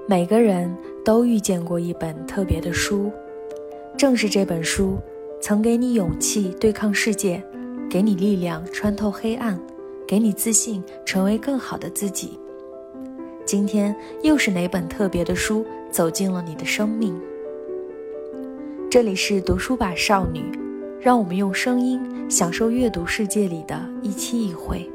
每个人都遇见过一本特别的书，正是这本书曾给你勇气对抗世界，给你力量穿透黑暗，给你自信成为更好的自己。今天又是哪本特别的书走进了你的生命？这里是读书吧少女，让我们用声音享受阅读世界里的一期一会。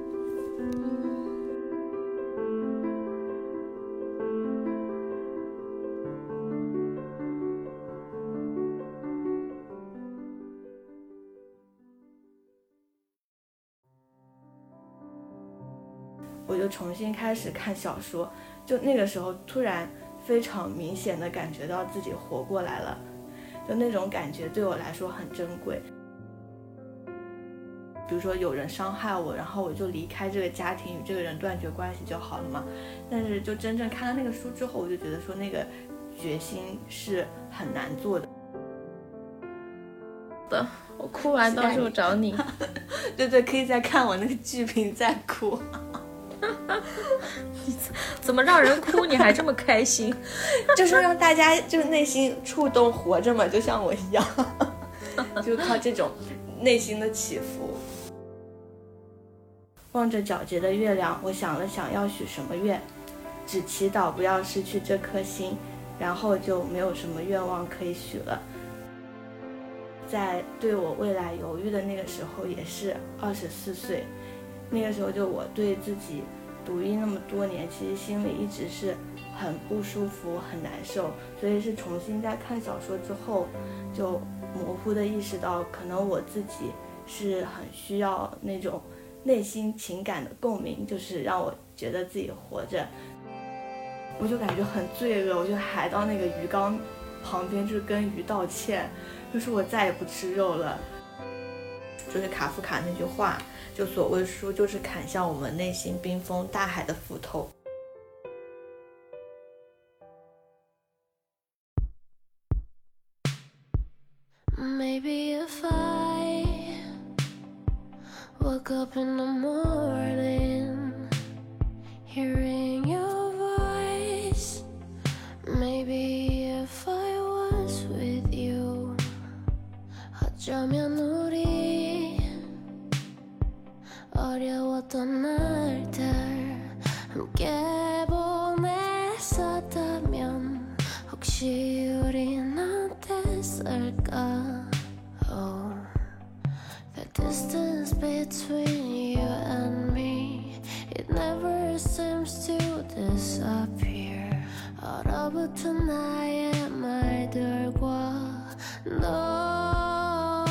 我就重新开始看小说，就那个时候突然非常明显的感觉到自己活过来了，就那种感觉对我来说很珍贵。比如说有人伤害我，然后我就离开这个家庭，与这个人断绝关系就好了嘛。但是就真正看了那个书之后，我就觉得说那个决心是很难做的。 我哭完到时候找你。 对，可以再看我那个剧评再哭。 怎么让人哭你还这么开心？ 就是让大家就是内心触动活着嘛，就像我一样。就靠这种内心的起伏。望着皎洁的月亮，我想了想要许什么愿，只祈祷不要失去这颗心，然后就没有什么愿望可以许了。在对我未来犹豫的那个时候，也是24岁，那个时候就我对自己读医那么多年，其实心里一直是很不舒服很难受，所以是重新在看小说之后，就模糊的意识到可能我自己是很需要那种内心情感的共鸣，就是让我觉得自己活着。我就感觉很罪恶，我就还到那个鱼缸旁边，就是跟鱼道歉，就是我再也不吃肉了。就是卡夫卡那句话，就所谓书就是砍向我们内心冰封大海的斧头。 Maybe if I woke up in the morning hearing your voice, maybe if I was with you, 어쩌면 우리 어려웠던 날들 함께 보냈었다면 혹시 우린 어땠을까? Oh, the distance between you and me, it never seems to disappear. 얼어붙은 나의 말들과 너。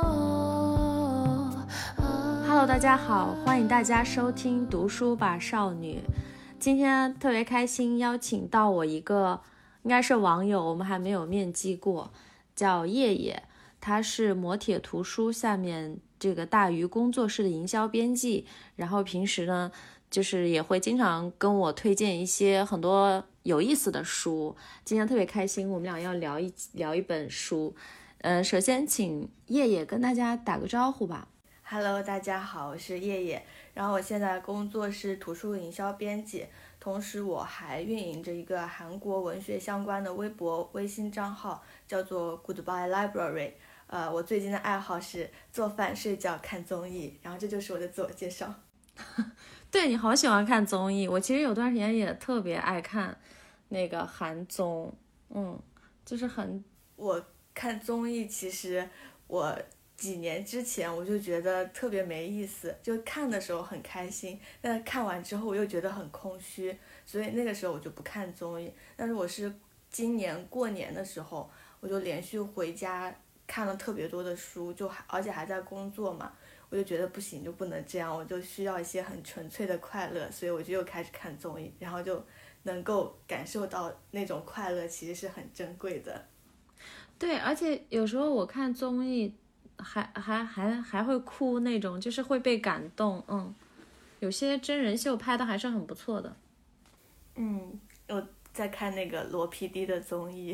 Hello， 大家好，欢迎大家收听读书吧少女。今天特别开心，邀请到我一个应该是网友，我们还没有面基过，叫叶叶，他是磨铁图书下面这个大鱼工作室的营销编辑，然后平时呢就是也会经常跟我推荐一些很多有意思的书。今天特别开心，我们俩要聊一本书。首先请叶叶跟大家打个招呼吧。 Hello， 大家好，我是叶叶，然后我现在工作是图书营销编辑，同时我还运营着一个韩国文学相关的微博微信账号，叫做 Goodbye Library。我最近的爱好是做饭、睡觉、看综艺，然后这就是我的自我介绍。 对，你好喜欢看综艺，我其实有段时间也特别爱看那个韩综，就是我看综艺，其实我几年之前我就觉得特别没意思，就看的时候很开心，但看完之后我又觉得很空虚，所以那个时候我就不看综艺。但是我是今年过年的时候，我就连续回家看了特别多的书，而且还在工作嘛，我就觉得不行，就不能这样，我就需要一些很纯粹的快乐，所以我就又开始看综艺，然后就能够感受到那种快乐其实是很珍贵的。 对，而且有时候我看综艺还会哭那种，就是会被感动。有些真人秀拍的还是很不错的。 我在看那个罗 PD 的综艺。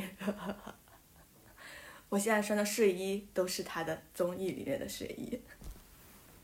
我现在穿的睡衣都是他的综艺里面的睡衣。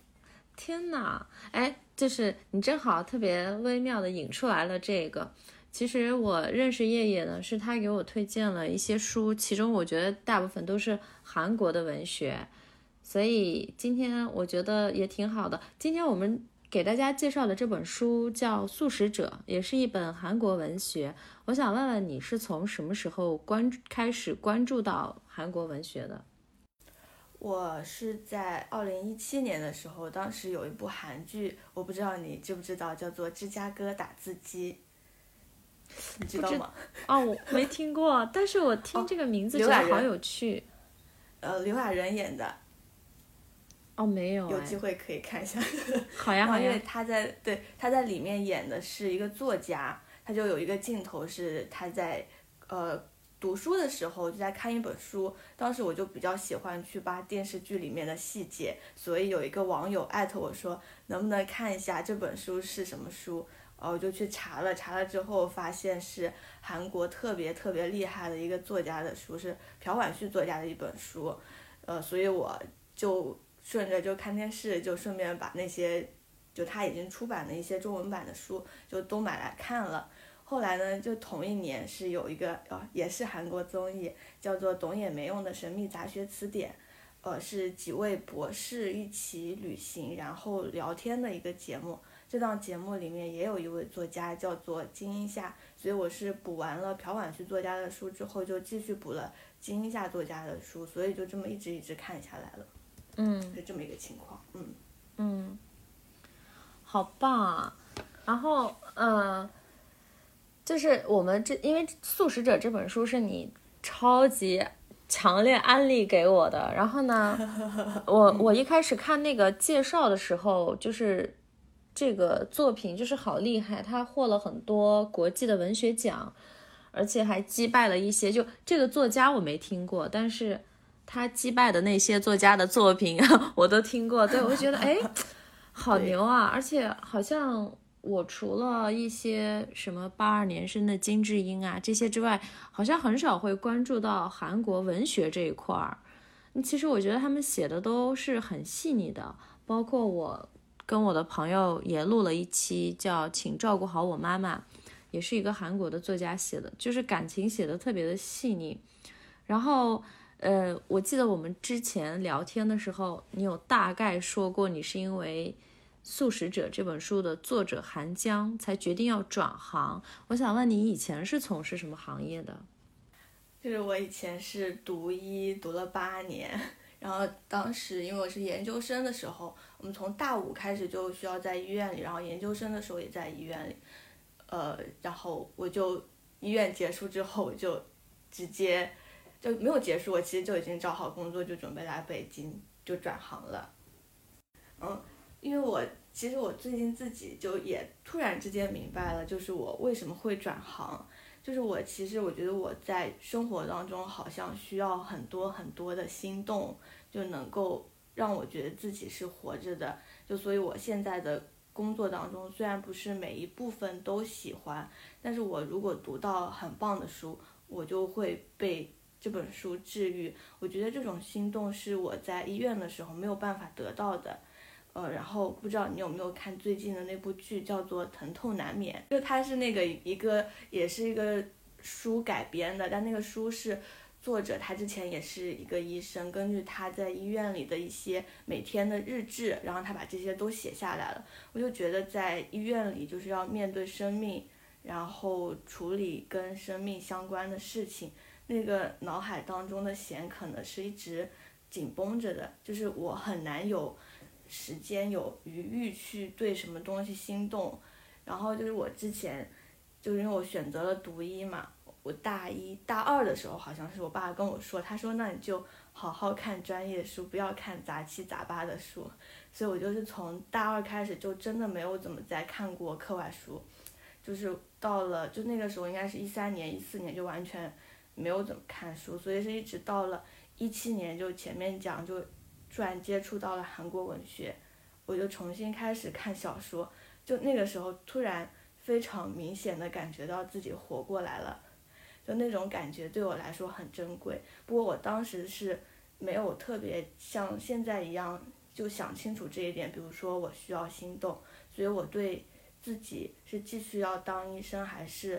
天哪，就是你正好特别微妙的引出来了这个， 其实我认识叶叶呢，是他给我推荐了一些书，其中我觉得大部分都是韩国的文学，所以今天我觉得也挺好的。今天我们给大家介绍的这本书叫《素食者》，也是一本韩国文学。我想问问你是从什么时候开始关注到韩国文学的？ 我是在2017年的时候，当时有一部韩剧，我不知道你知不知道，叫做《芝加哥打字机》，你知道吗？ 我没听过，但是我听这个名字觉得好有趣。 刘亚仁演的。 没有， 有机会可以看一下。 好呀好呀。 因为他在里面演的是一个作家，他就有一个镜头是他在读书的时候就在看一本书，当时我就比较喜欢去扒电视剧里面的细节，所以有一个网友艾特我说能不能看一下这本书是什么书，我就去查了之后发现是韩国特别特别厉害的一个作家的书，是朴婉旭作家的一本书，所以我就顺着就看电视，就顺便把那些就他已经出版的一些中文版的书就都买来看了。后来呢，就同一年是有一个也是韩国综艺，叫做《懂也没用的神秘杂学词典》，是几位博士一起旅行然后聊天的一个节目。这档节目里面也有一位作家叫做金英夏，所以我是补完了朴婉旭作家的书之后，就继续补了金英夏作家的书，所以就这么一直看下来了。是这么一个情况。 好棒啊！然后就是我们因为《素食者》这本书是你超级强烈安利给我的，然后呢，我一开始看那个介绍的时候，就是这个作品就是好厉害，它获了很多国际的文学奖，而且还击败了一些，就这个作家我没听过，但是他击败的那些作家的作品我都听过，对，我就觉得好牛啊！而且好像我除了一些什么82年生的金智英啊这些之外，好像很少会关注到韩国文学这一块儿。其实我觉得他们写的都是很细腻的，包括我跟我的朋友也录了一期叫《请照顾好我妈妈》，也是一个韩国的作家写的，就是感情写的特别的细腻。然后我记得我们之前聊天的时候，你有大概说过你是因为《素食者》这本书的作者韩江才决定要转行。我想问你以前是从事什么行业的？ 就是我以前是读医读了8年，然后当时因为我是研究生的时候，我们从大5开始就需要在医院里，然后研究生的时候也在医院里，然后我就医院结束之后我就直接就没有结束，我其实就已经找好工作，就准备来北京就转行了。因为其实我最近自己就也突然之间明白了，就是我为什么会转行。就是我觉得我在生活当中好像需要很多很多的心动，就能够让我觉得自己是活着的。就所以我现在的工作当中，虽然不是每一部分都喜欢，但是我如果读到很棒的书，我就会被这本书治愈。我觉得这种心动是我在医院的时候没有办法得到的。然后不知道你有没有看最近的那部剧叫做《疼痛难免》，就它是那个也是一个书改编的，但那个书是作者他之前也是一个医生，根据他在医院里的一些每天的日志，然后他把这些都写下来了。我就觉得在医院里就是要面对生命，然后处理跟生命相关的事情，那个脑海当中的弦可能是一直紧绷着的，就是我很难有时间有余裕去对什么东西心动。然后就是我之前就是因为我选择了读医嘛，我大1大2的时候好像是我爸跟我说，他说那你就好好看专业书，不要看杂七杂八的书。所以我就是从大2开始就真的没有怎么再看过课外书，就是到了就那个时候应该是13年14年就完全没有怎么看书，所以是一直到了17年就前面讲就突然接触到了韩国文学，我就重新开始看小说，就那个时候突然非常明显的感觉到自己活过来了，就那种感觉对我来说很珍贵。不过我当时是没有特别像现在一样就想清楚这一点，比如说我需要心动，所以我对自己是继续要当医生还是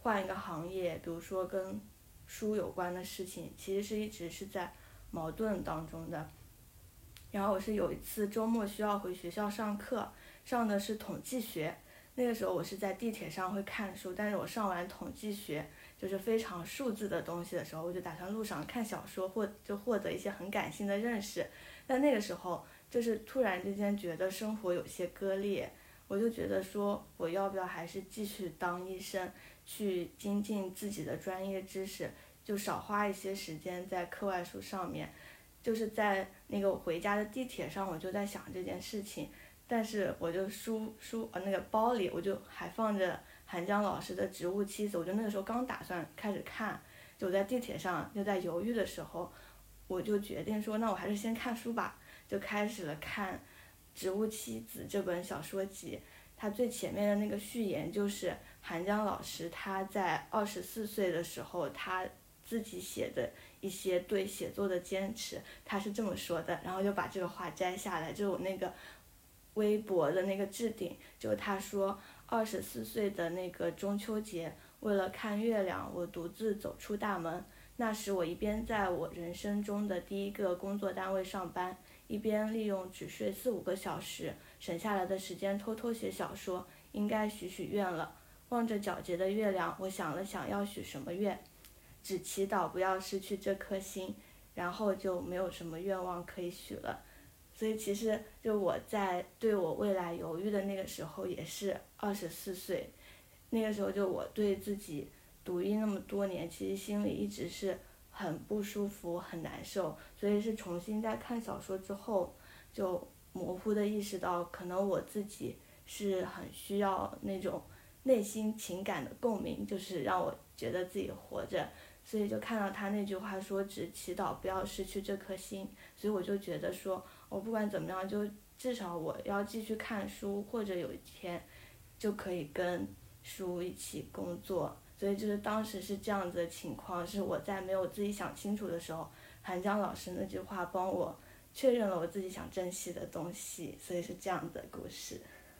换一个行业，比如说跟书有关的事情，其实是一直是在矛盾当中的。然后我是有一次周末需要回学校上课，上的是统计学。那个时候我是在地铁上会看书，但是我上完统计学就是非常数字的东西的时候，我就打算路上看小说就获得一些很感性的认识。但那个时候就是突然之间觉得生活有些割裂，我就觉得说我要不要还是继续当医生，去精进自己的专业知识，就少花一些时间在课外书上面。就是在那个回家的地铁上，我就在想这件事情，但是我就那个包里我就还放着韩江老师的《植物妻子》，我就那个时候刚打算开始看，就在地铁上就在犹豫的时候，我就决定说那我还是先看书吧，就开始了看《植物妻子》这本小说集。它最前面的那个序言就是韩江老师他在24岁的时候他自己写的一些对写作的坚持，他是这么说的，然后就把这个话摘下来，就我那个微博的那个置顶，就他说24岁的那个中秋节，为了看月亮，我独自走出大门。那时我一边在我人生中的第一个工作单位上班，一边利用只睡4-5个小时省下来的时间偷偷写小说，应该许愿了。望着皎洁的月亮，我想了想要许什么愿，只祈祷不要失去这颗心，然后就没有什么愿望可以许了。所以其实就我在对我未来犹豫的那个时候也是24岁，那个时候就我对自己读医那么多年，其实心里一直是很不舒服很难受，所以是重新在看小说之后就模糊的意识到可能我自己是很需要那种内心情感的共鸣，就是让我觉得自己活着。所以就看到他那句话说只祈祷不要失去这颗心，所以我就觉得说我不管怎么样，就至少我要继续看书，或者有一天就可以跟书一起工作。所以就是当时是这样子的情况，是我在没有自己想清楚的时候，韩江老师那句话帮我确认了我自己想珍惜的东西，所以是这样的故事。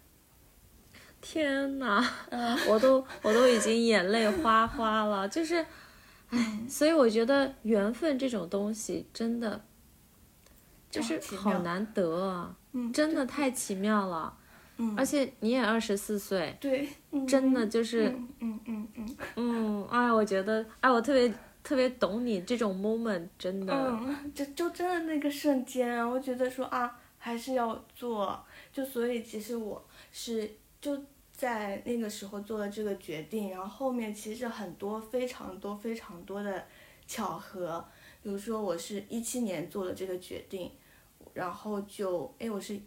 天哪，我都已经眼泪哗哗了，就是，所以我觉得缘分这种东西真的就是好难得啊，真的太奇妙了。而且你也24岁， 对， 真的就是我觉得我特别懂你这种 moment， 真的， 就真的那个瞬间，我觉得说还是要做，就所以其实我是就在那个时候做了这个决定，然后后面其实很多非常多的巧合，比如说我是17年做了这个决定，然后我是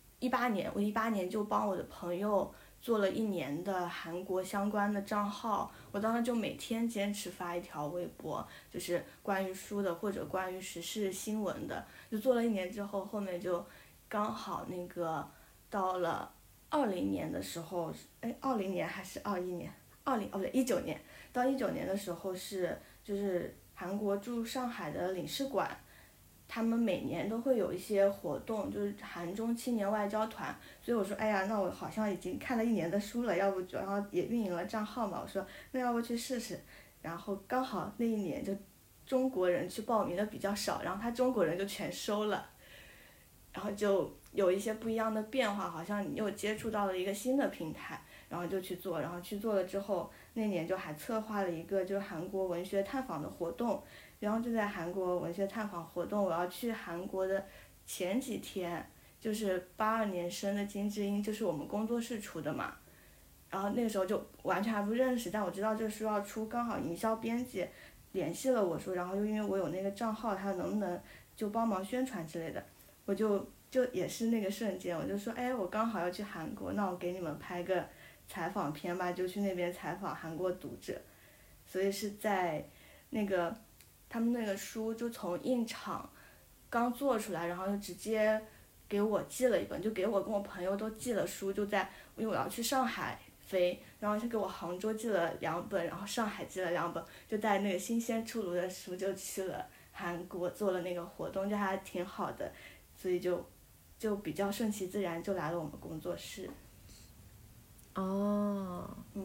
18年就帮我的朋友做了1年的韩国相关的账号，我当时就每天坚持发一条微博，就是关于书的或者关于时事新闻的，就做了1年之后，后面就刚好那个到了20年的时候，20年还是21年，19年，到19年的时候就是韩国驻上海的领事馆，他们每年都会有一些活动，就是韩中青年外交团，所以我说那我好像已经看了1年的书了，要不然后也运营了账号嘛，我说那要不去试试，然后刚好那1年就中国人去报名的比较少，然后他中国人就全收了，然后就有一些不一样的变化，好像你又接触到了一个新的平台，然后就去做，然后去做了之后，那年就还策划了一个就是韩国文学探访的活动。然后就在韩国文学探访活动，我要去韩国的前几天，就是82年生的金智英，就是我们工作室出的嘛。然后那个时候就完全还不认识，但我知道这书要出，刚好营销编辑联系了我说，然后又因为我有那个账号，他能不能就帮忙宣传之类的，我就也是那个瞬间，我就说我刚好要去韩国，那我给你们拍个采访片吧，就去那边采访韩国读者。所以是在那个他们那个书就从印厂刚做出来，然后就直接给我寄了一本，就给我跟我朋友都寄了书，就在因为我要去上海飞，然后就给我杭州寄了2本，然后上海寄了2本，就带那个新鲜出炉的书就去了韩国做了那个活动，就还挺好的，所以就比较顺其自然就来了我们工作室。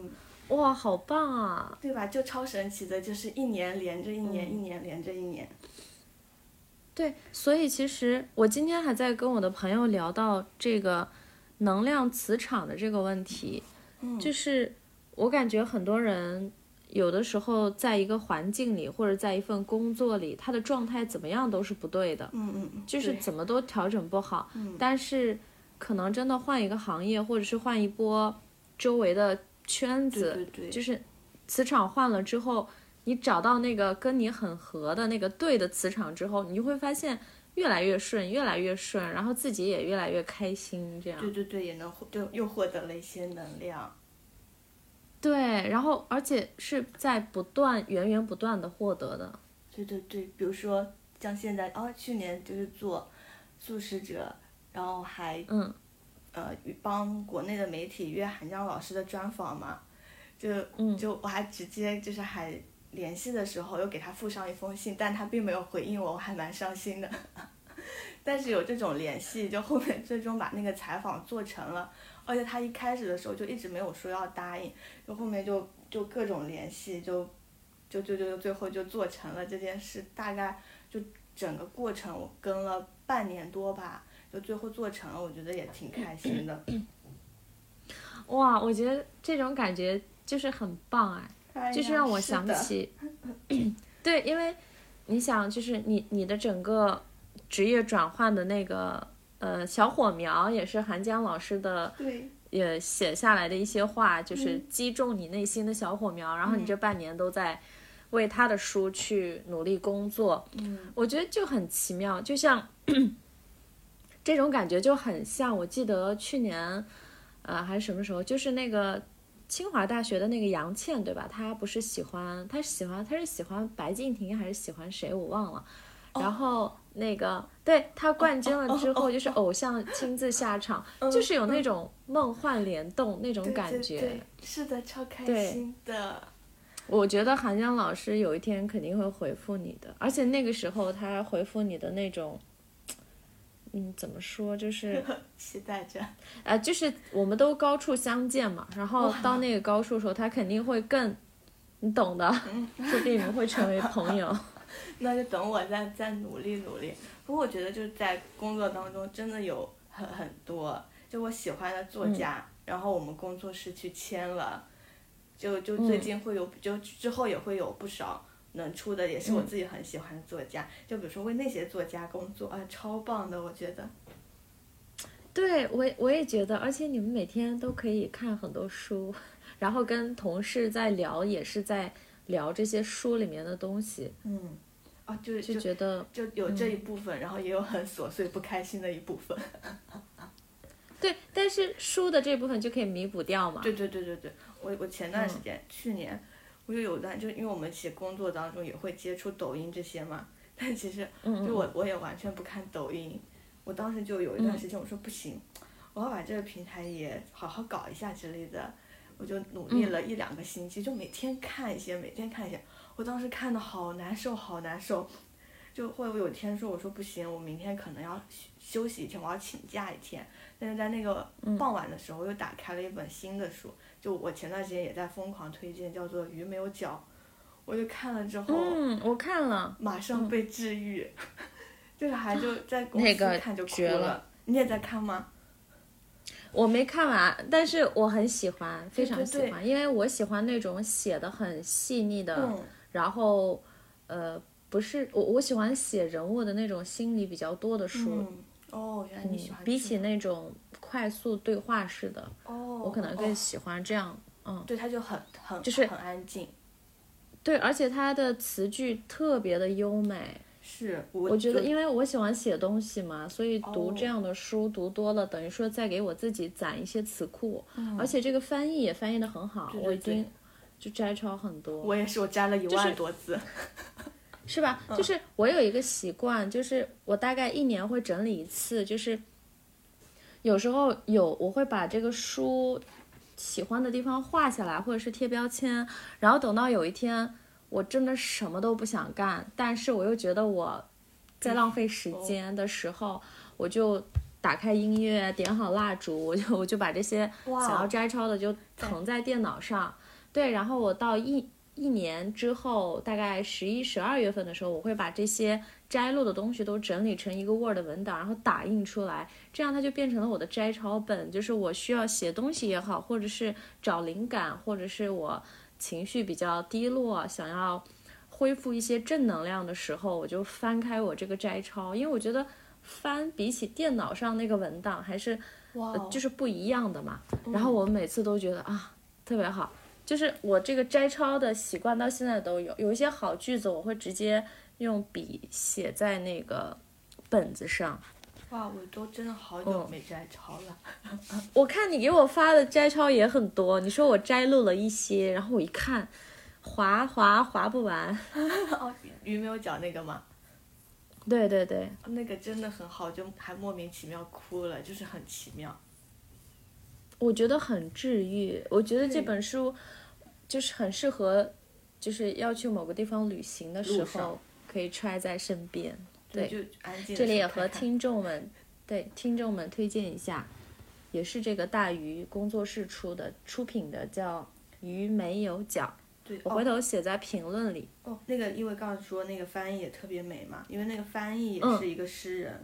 哇，好棒啊！ 对吧？就超神奇的，就是一年连着一年，一年连着一年。 对，所以其实我今天还在跟我的朋友聊到这个能量磁场的这个问题，就是我感觉很多人有的时候在一个环境里或者在一份工作里，他的状态怎么样都是不对的，就是怎么都调整不好，但是可能真的换一个行业，或者是换一波周围的圈子，就是磁场换了之后，你找到那个跟你很合的那个对的磁场之后，你就会发现越来越顺，越来越顺，然后自己也越来越开心，这样。 对，也能就又获得了一些能量。 对，然后而且是在源源不断的获得的。 对，比如说像现在去年就是做素食者，然后还帮国内的媒体约韩江老师的专访嘛，就我还直接就是还联系的时候又给他附上一封信，但他并没有回应我，我还蛮伤心的。但是有这种联系，就后面最终把那个采访做成了，而且他一开始的时候就一直没有说要答应，就后面就各种联系，就最后就做成了这件事。大概就整个过程我跟了半年多吧，就最后做成了，我觉得也挺开心的。 哇，我觉得这种感觉就是很棒就是让我想起，对，因为你想，就是你的整个职业转换的那个小火苗，也是韩江老师的， 对， 也写下来的一些话，就是击中你内心的小火苗，然后你这半年都在为他的书去努力工作，我觉得就很奇妙，就像这种感觉就很像，我记得去年还是什么时候，就是那个清华大学的那个杨倩，对吧？她不是喜欢白敬亭还是喜欢谁我忘了，然后那个对她冠军了之后，就是偶像亲自下场，就是有那种梦幻联动那种感觉。 对，是的，超开心的。 我觉得韩江老师有一天肯定会回复你的，而且那个时候他回复你的那种怎么说，就是期待着就是我们都高处相见嘛，然后到那个高处的时候，他肯定会更，你懂的，说不定你们会成为朋友。 那就等我再努力。不过我觉得就是在工作当中真的有很多就我喜欢的作家，然后我们工作室去签了，就最近会有，就之后也会有不少能出的，也是我自己很喜欢的作家，就比如说为那些作家工作超棒的，我觉得。 对，我也觉得，而且你们每天都可以看很多书，然后跟同事在聊，也是在聊这些书里面的东西。 就觉得就有这一部分，然后也有很琐碎不开心的一部分。 对，但是书的这部分就可以弥补掉嘛。 对，我前段时间，去年我就有段，就因为我们其实工作当中也会接触抖音这些嘛，但其实就我也完全不看抖音。我当时就有一段时间我说不行，我要把这个平台也好好搞一下之类的，我就努力了1-2个星期，就每天看一些。我当时看的好难受，就会有一天说，我说不行，我明天可能要休息一天，我要请假一天。但是在那个傍晚的时候，我又打开了一本新的书，就我前段时间也在疯狂推荐，叫做《鱼没有脚》，我就看了之后， 我看了， 马上被治愈。这个还就在公司看就哭了。你也在看吗？ 我没看完，但是我很喜欢，非常喜欢，因为我喜欢那种写的很细腻的，然后不是我喜欢写人物的那种心理比较多的书。 原来你喜欢比起那种快速对话式的，我可能更喜欢这样。 对，它就就是很安静。 对，而且它的词句特别的优美。 是， 我觉得因为我喜欢写东西嘛，所以读这样的书读多了，等于说在给我自己攒一些词库，而且这个翻译也翻译得很好，我已经就摘抄很多。 我也是，我摘了1万多字。 是吧？就是我有一个习惯，就是我大概1年会整理一次，就是有时候我会把这个书喜欢的地方画下来，或者是贴标签，然后等到有一天我真的什么都不想干，但是我又觉得我在浪费时间的时候，我就打开音乐，点好蜡烛，我就把这些想要摘抄的就腾在电脑上， 对，然后我到一年之后，大概11、12月份的时候，我会把这些摘录的东西都整理成一个 Word 文档，然后打印出来，这样它就变成了我的摘抄本。就是我需要写东西也好，或者是找灵感，或者是我情绪比较低落，想要恢复一些正能量的时候，我就翻开我这个摘抄，因为我觉得翻比起电脑上那个文档还是就是不一样的嘛。然后我每次都觉得特别好。就是我这个摘抄的习惯到现在都有一些好句子，我会直接用笔写在那个本子上。 哇，我都真的好久没摘抄了。 我看你给我发的摘抄也很多，你说我摘录了一些，然后我一看，划不完。 哦，鱼没有讲那个吗？ 对对对， 那个真的很好，就还莫名其妙哭了，就是很奇妙。 我觉得很治愈，我觉得这本书就是很适合，就是要去某个地方旅行的时候可以揣在身边。对， 就安静的这里也和听众们推荐一下，也是这个大鱼工作室出品的，叫《鱼没有脚》。 对， 我回头写在评论里。 那个因为刚才说那个翻译也特别美嘛，因为那个翻译也是一个诗人。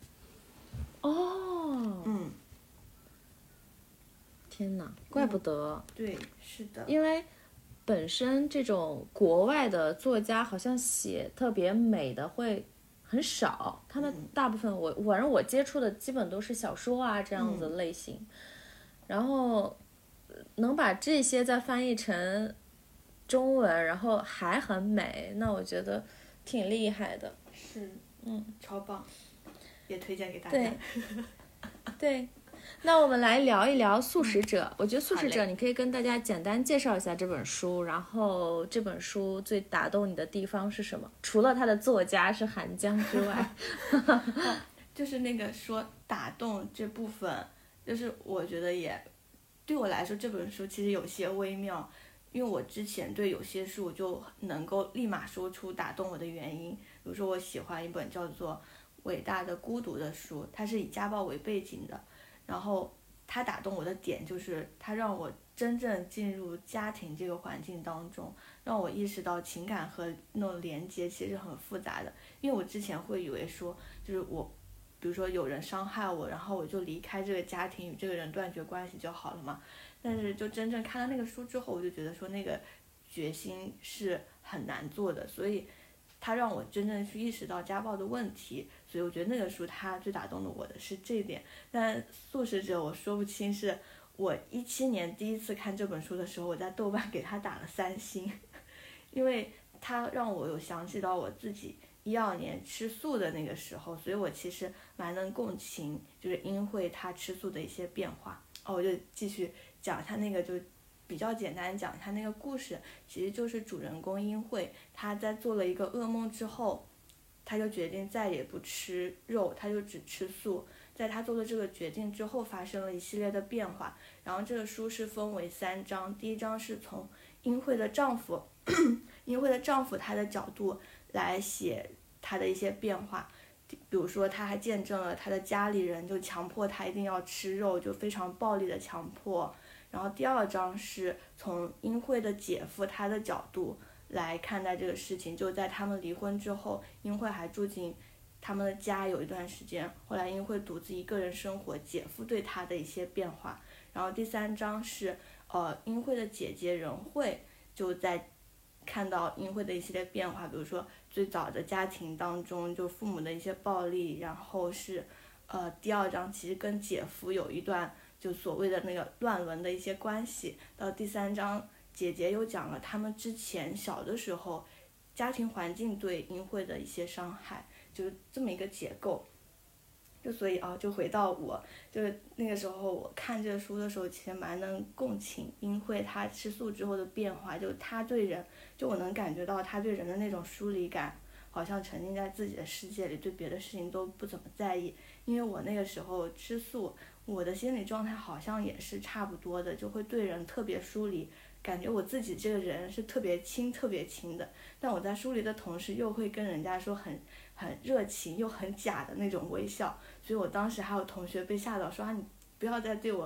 天哪，怪不得。 对，是的。 因为本身这种国外的作家好像写特别美的会很少，他们大部分反正我接触的基本都是小说啊这样子类型，然后能把这些再翻译成中文，然后还很美，那我觉得挺厉害的。 是，超棒，也推荐给大家。 对。那我们来聊一聊《素食者》。我觉得《素食者》你可以跟大家简单介绍一下这本书，然后这本书最打动你的地方是什么？除了它的作家是韩江之外。 就是那个说打动这部分，就是我觉得也对我来说这本书其实有些微妙，因为我之前对有些书就能够立马说出打动我的原因。比如说我喜欢一本叫做《伟大的孤独》的书，它是以家暴为背景的，然后它打动我的点就是它让我真正进入家庭这个环境当中，让我意识到情感和那种连接其实很复杂的。因为我之前会以为说就是我比如说有人伤害我，然后我就离开这个家庭，与这个人断绝关系就好了嘛。但是就真正看到那个书之后，我就觉得说那个决心是很难做的，所以它让我真正去意识到家暴的问题。所以我觉得那个书它最打动了我的是这一点。但素食者我说不清，是我17年第一次看这本书的时候，我在豆瓣给它打了3星，因为它让我有想起到我自己12年吃素的那个时候，所以我其实蛮能共情就是英惠她吃素的一些变化。我就继续讲她那个，就比较简单讲她那个故事，其实就是主人公英惠她在做了一个噩梦之后，她就决定再也不吃肉，她就只吃素。在她做了这个决定之后，发生了一系列的变化。然后这个书是分为3章，第一章是从英惠的丈夫她的角度来写她的一些变化，比如说她还见证了她的家里人就强迫她一定要吃肉，就非常暴力的强迫。然后第2章是从英惠的姐夫他的角度来看待这个事情，就在他们离婚之后，英惠还住进他们的家有一段时间，后来英惠独自一个人生活，姐夫对她的一些变化。然后第3章是英惠的姐姐仁惠就在看到英惠的一系列变化，比如说最早的家庭当中就父母的一些暴力，然后是第2章其实跟姐夫有一段就所谓的那个乱伦的一些关系。到第3章姐姐又讲了他们之前小的时候家庭环境对英惠的一些伤害，就是这么一个结构。就所以就回到我，就是那个时候我看这个书的时候，其实蛮能共情英惠她吃素之后的变化，就她对人，就我能感觉到她对人的那种疏离感，好像沉浸在自己的世界里，对别的事情都不怎么在意。因为我那个时候吃素，我的心理状态好像也是差不多的，就会对人特别疏离，感觉我自己这个人是特别亲的，但我在疏离的同时又会跟人家说很热情又很假的那种微笑。所以我当时还有同学被吓到说你不要再对我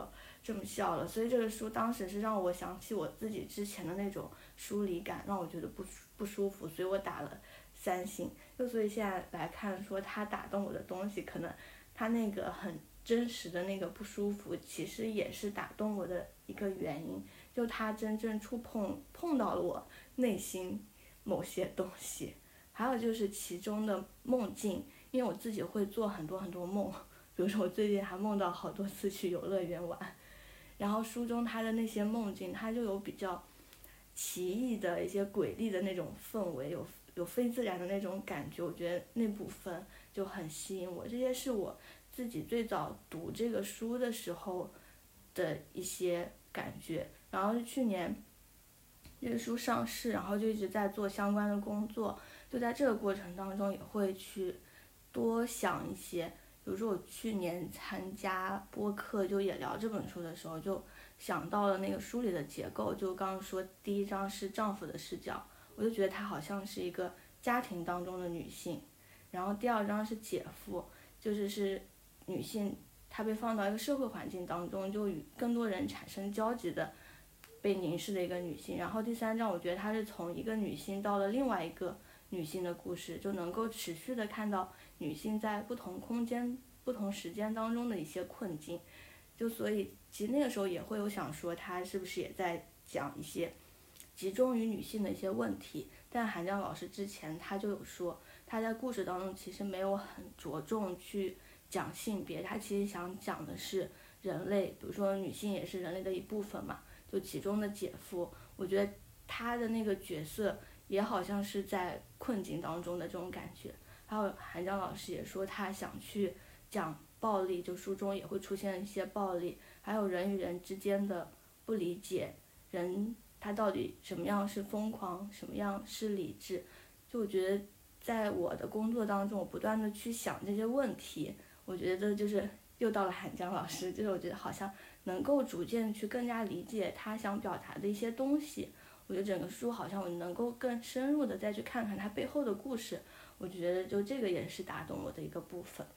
这么笑了。所以这个书当时是让我想起我自己之前的那种疏离感，让我觉得不舒服，所以我打了3星。就所以现在来看说他打动我的东西，可能他那个很真实的那个不舒服，其实也是打动我的一个原因，就他真正碰到了我内心某些东西。还有就是其中的梦境，因为我自己会做很多很多梦，比如说我最近还梦到好多次去游乐园玩，然后书中他的那些梦境，他就有比较奇异的一些诡异的那种氛围，有非自然的那种感觉，我觉得那部分就很吸引我。这些是我自己最早读这个书的时候的一些感觉。然后去年这个书上市，然后就一直在做相关的工作，就在这个过程当中也会去多想一些。比如说我去年参加播客就也聊这本书的时候，就想到了那个书里的结构，就刚刚说第一章是丈夫的视角，我就觉得她好像是一个家庭当中的女性，然后第2章是姐夫，是女性她被放到一个社会环境当中，就与更多人产生交集的被凝视的一个女性，然后第3章我觉得她是从一个女性到了另外一个女性的故事，就能够持续的看到女性在不同空间不同时间当中的一些困境。就所以其实那个时候也会有想说她是不是也在讲一些集中于女性的一些问题，但韩江老师之前他就有说他在故事当中其实没有很着重去讲性别，他其实想讲的是人类，比如说女性也是人类的一部分嘛，就其中的姐夫，我觉得他的那个角色也好像是在困境当中的这种感觉。还有韩江老师也说他想去讲暴力，就书中也会出现一些暴力，还有人与人之间的不理解，人他到底什么样是疯狂，什么样是理智。就我觉得在我的工作当中，我不断的去想这些问题，我觉得就是又到了韩江老师，就是我觉得好像能够逐渐去更加理解他想表达的一些东西。我觉得整个书好像我能够更深入的再去看看它背后的故事，我觉得就这个也是打动我的一个部分。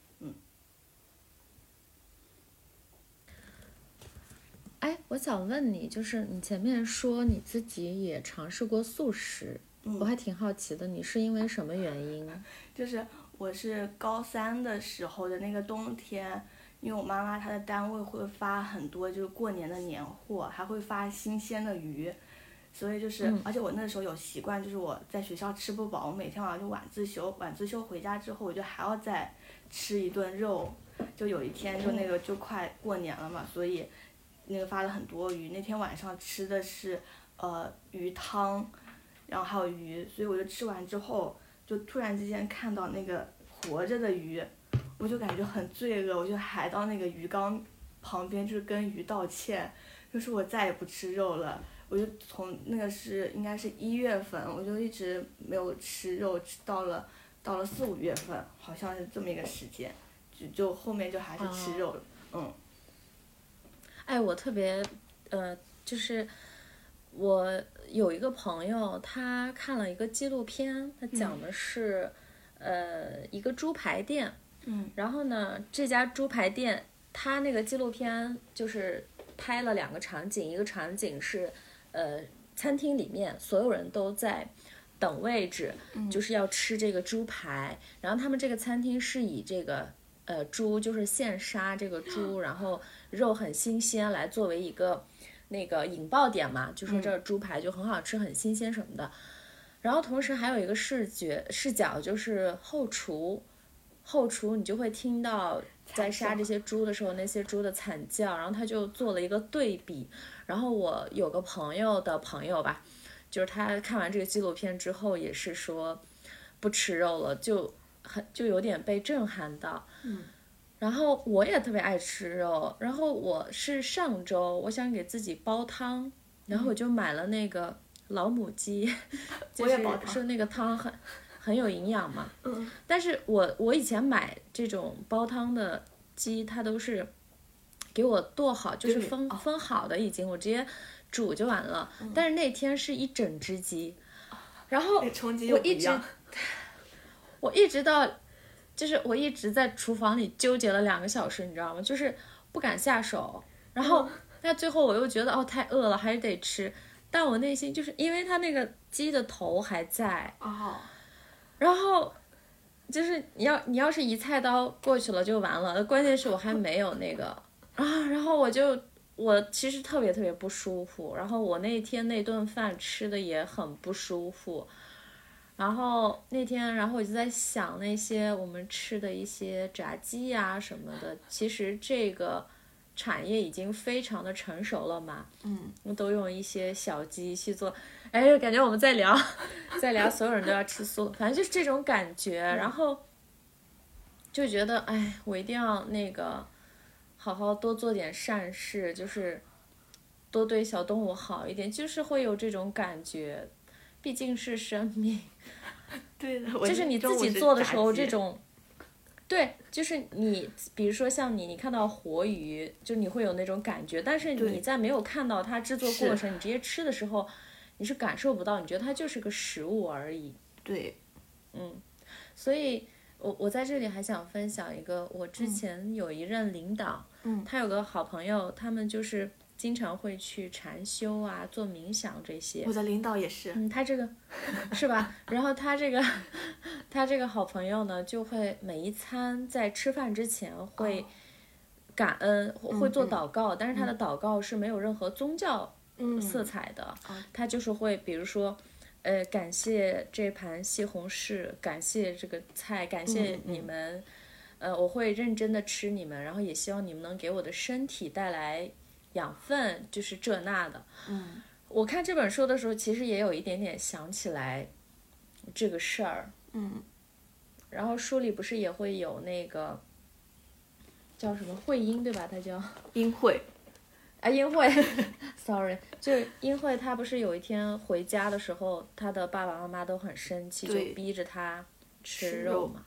哎，我想问你，就是你前面说你自己也尝试过素食，我还挺好奇的，你是因为什么原因？ 就是我是高3的时候的那个冬天，因为我妈妈她的单位会发很多就是过年的年货，还会发新鲜的鱼，所以而且我那时候有习惯，就是我在学校吃不饱，我每天晚上就晚自修回家之后，我就还要再吃一顿肉。就有一天就那个就快过年了嘛，所以那个发了很多鱼，那天晚上吃的是鱼汤，然后还有鱼，所以我就吃完之后就突然之间看到那个活着的鱼，我就感觉很罪恶，我就还到那个鱼缸旁边就是跟鱼道歉，就是我再也不吃肉了。我就从那个应该是1月份，我就一直没有吃肉，到了4、5月份，好像是这么一个时间，就后面就还是吃肉了。 哎，我特别就是我有一个朋友，他看了一个纪录片，他讲的是一个猪排店，然后呢这家猪排店他那个纪录片就是拍了2个场景，一个场景是餐厅里面所有人都在等位置，就是要吃这个猪排，然后他们这个餐厅是以这个猪就是现杀这个猪，然后肉很新鲜来作为一个那个引爆点嘛，就说这猪排就很好吃很新鲜什么的。然后同时还有一个视角，就是后厨你就会听到在杀这些猪的时候那些猪的惨叫，然后他就做了一个对比。然后我有个朋友的朋友吧，就是他看完这个纪录片之后也是说不吃肉了，就有点被震撼到。然后我也特别爱吃肉，然后我是上周我想给自己煲汤，然后我就买了那个老母鸡，就是说那个汤很有营养嘛。但是我以前买这种煲汤的鸡，它都是给我剁好，就是分好的已经，我直接煮就完了。但是那天是一整只鸡，然后我一直到。就是我一直在厨房里纠结了2个小时，你知道吗？就是不敢下手，然后那最后我又觉得哦太饿了，还是得吃。但我内心就是因为它那个鸡的头还在，然后就是你要是一菜刀过去了就完了，关键是我还没有那个啊，然后我其实特别特别不舒服，然后我那天那顿饭吃的也很不舒服。然后那天，然后我就在想那些我们吃的一些炸鸡呀什么的，其实这个产业已经非常的成熟了嘛，都用一些小鸡去做，哎，感觉我们在聊，所有人都要吃素，反正就是这种感觉，然后就觉得，哎，我一定要那个好好多做点善事，就是多对小动物好一点，就是会有这种感觉，毕竟是生命。 对的， 就是你自己做的时候，这种，对，就是你，比如说像你看到活鱼，就你会有那种感觉，但是你在没有看到它制作过程，你直接吃的时候，你是感受不到，你觉得它就是个食物而已。 对， 所以我在这里还想分享一个，我之前有一任领导，他有个好朋友，他们就是经常会去禅修啊，做冥想这些。 我的领导也是。 他这个是吧？然后他这个好朋友呢，就会每一餐在吃饭之前会感恩，会做祷告，但是他的祷告是没有任何宗教色彩的，他就是会比如说。感谢这盘西红柿，感谢这个菜，感谢你们，我会认真的吃你们，然后也希望你们能给我的身体带来养分，就是这那的。我看这本书的时候，其实也有一点点想起来这个事儿。然后书里不是也会有那个叫什么慧英对吧？它叫英慧。 英慧，sorry， 就是英慧，她不是有一天回家的时候，她的爸爸妈妈都很生气，就逼着她吃肉嘛，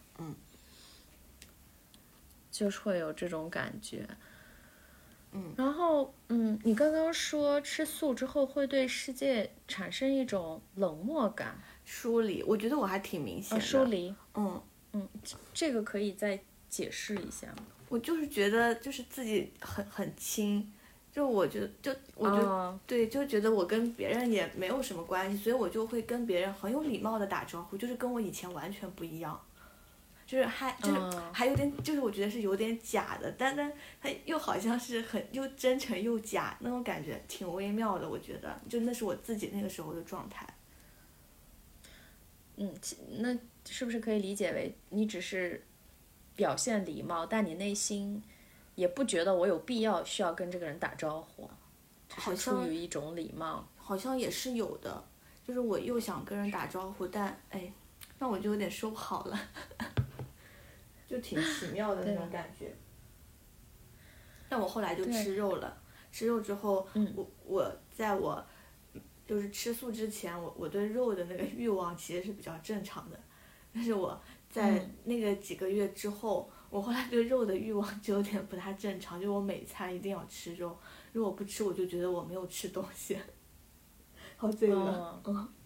就是会有这种感觉。然后你刚刚说吃素之后会对世界产生一种冷漠感， 疏离，我觉得我还挺明显的。 疏离，这个可以再解释一下吗？ 我就是觉得就是自己很轻。就我觉得，对，就觉得我跟别人也没有什么关系，所以我就会跟别人很有礼貌的打招呼，就是跟我以前完全不一样，就是还有点，就是我觉得是有点假的，但他又好像是又真诚又假那种感觉，挺微妙的，我觉得，就那是我自己那个时候的状态。 那是不是可以理解为你只是表现礼貌，但你内心也不觉得我有必要需要跟这个人打招呼，只是出于一种礼貌。 好像也是有的，就是我又想跟人打招呼，但那我就有点说不好了，就挺奇妙的那种感觉。但我后来就吃肉了，吃肉之后，我在我就是吃素之前，我对肉的那个欲望其实是比较正常的，但是我在那个几个月之后。我后来对肉的欲望就有点不太正常，就我每餐一定要吃肉，如果不吃我就觉得我没有吃东西，好罪恶。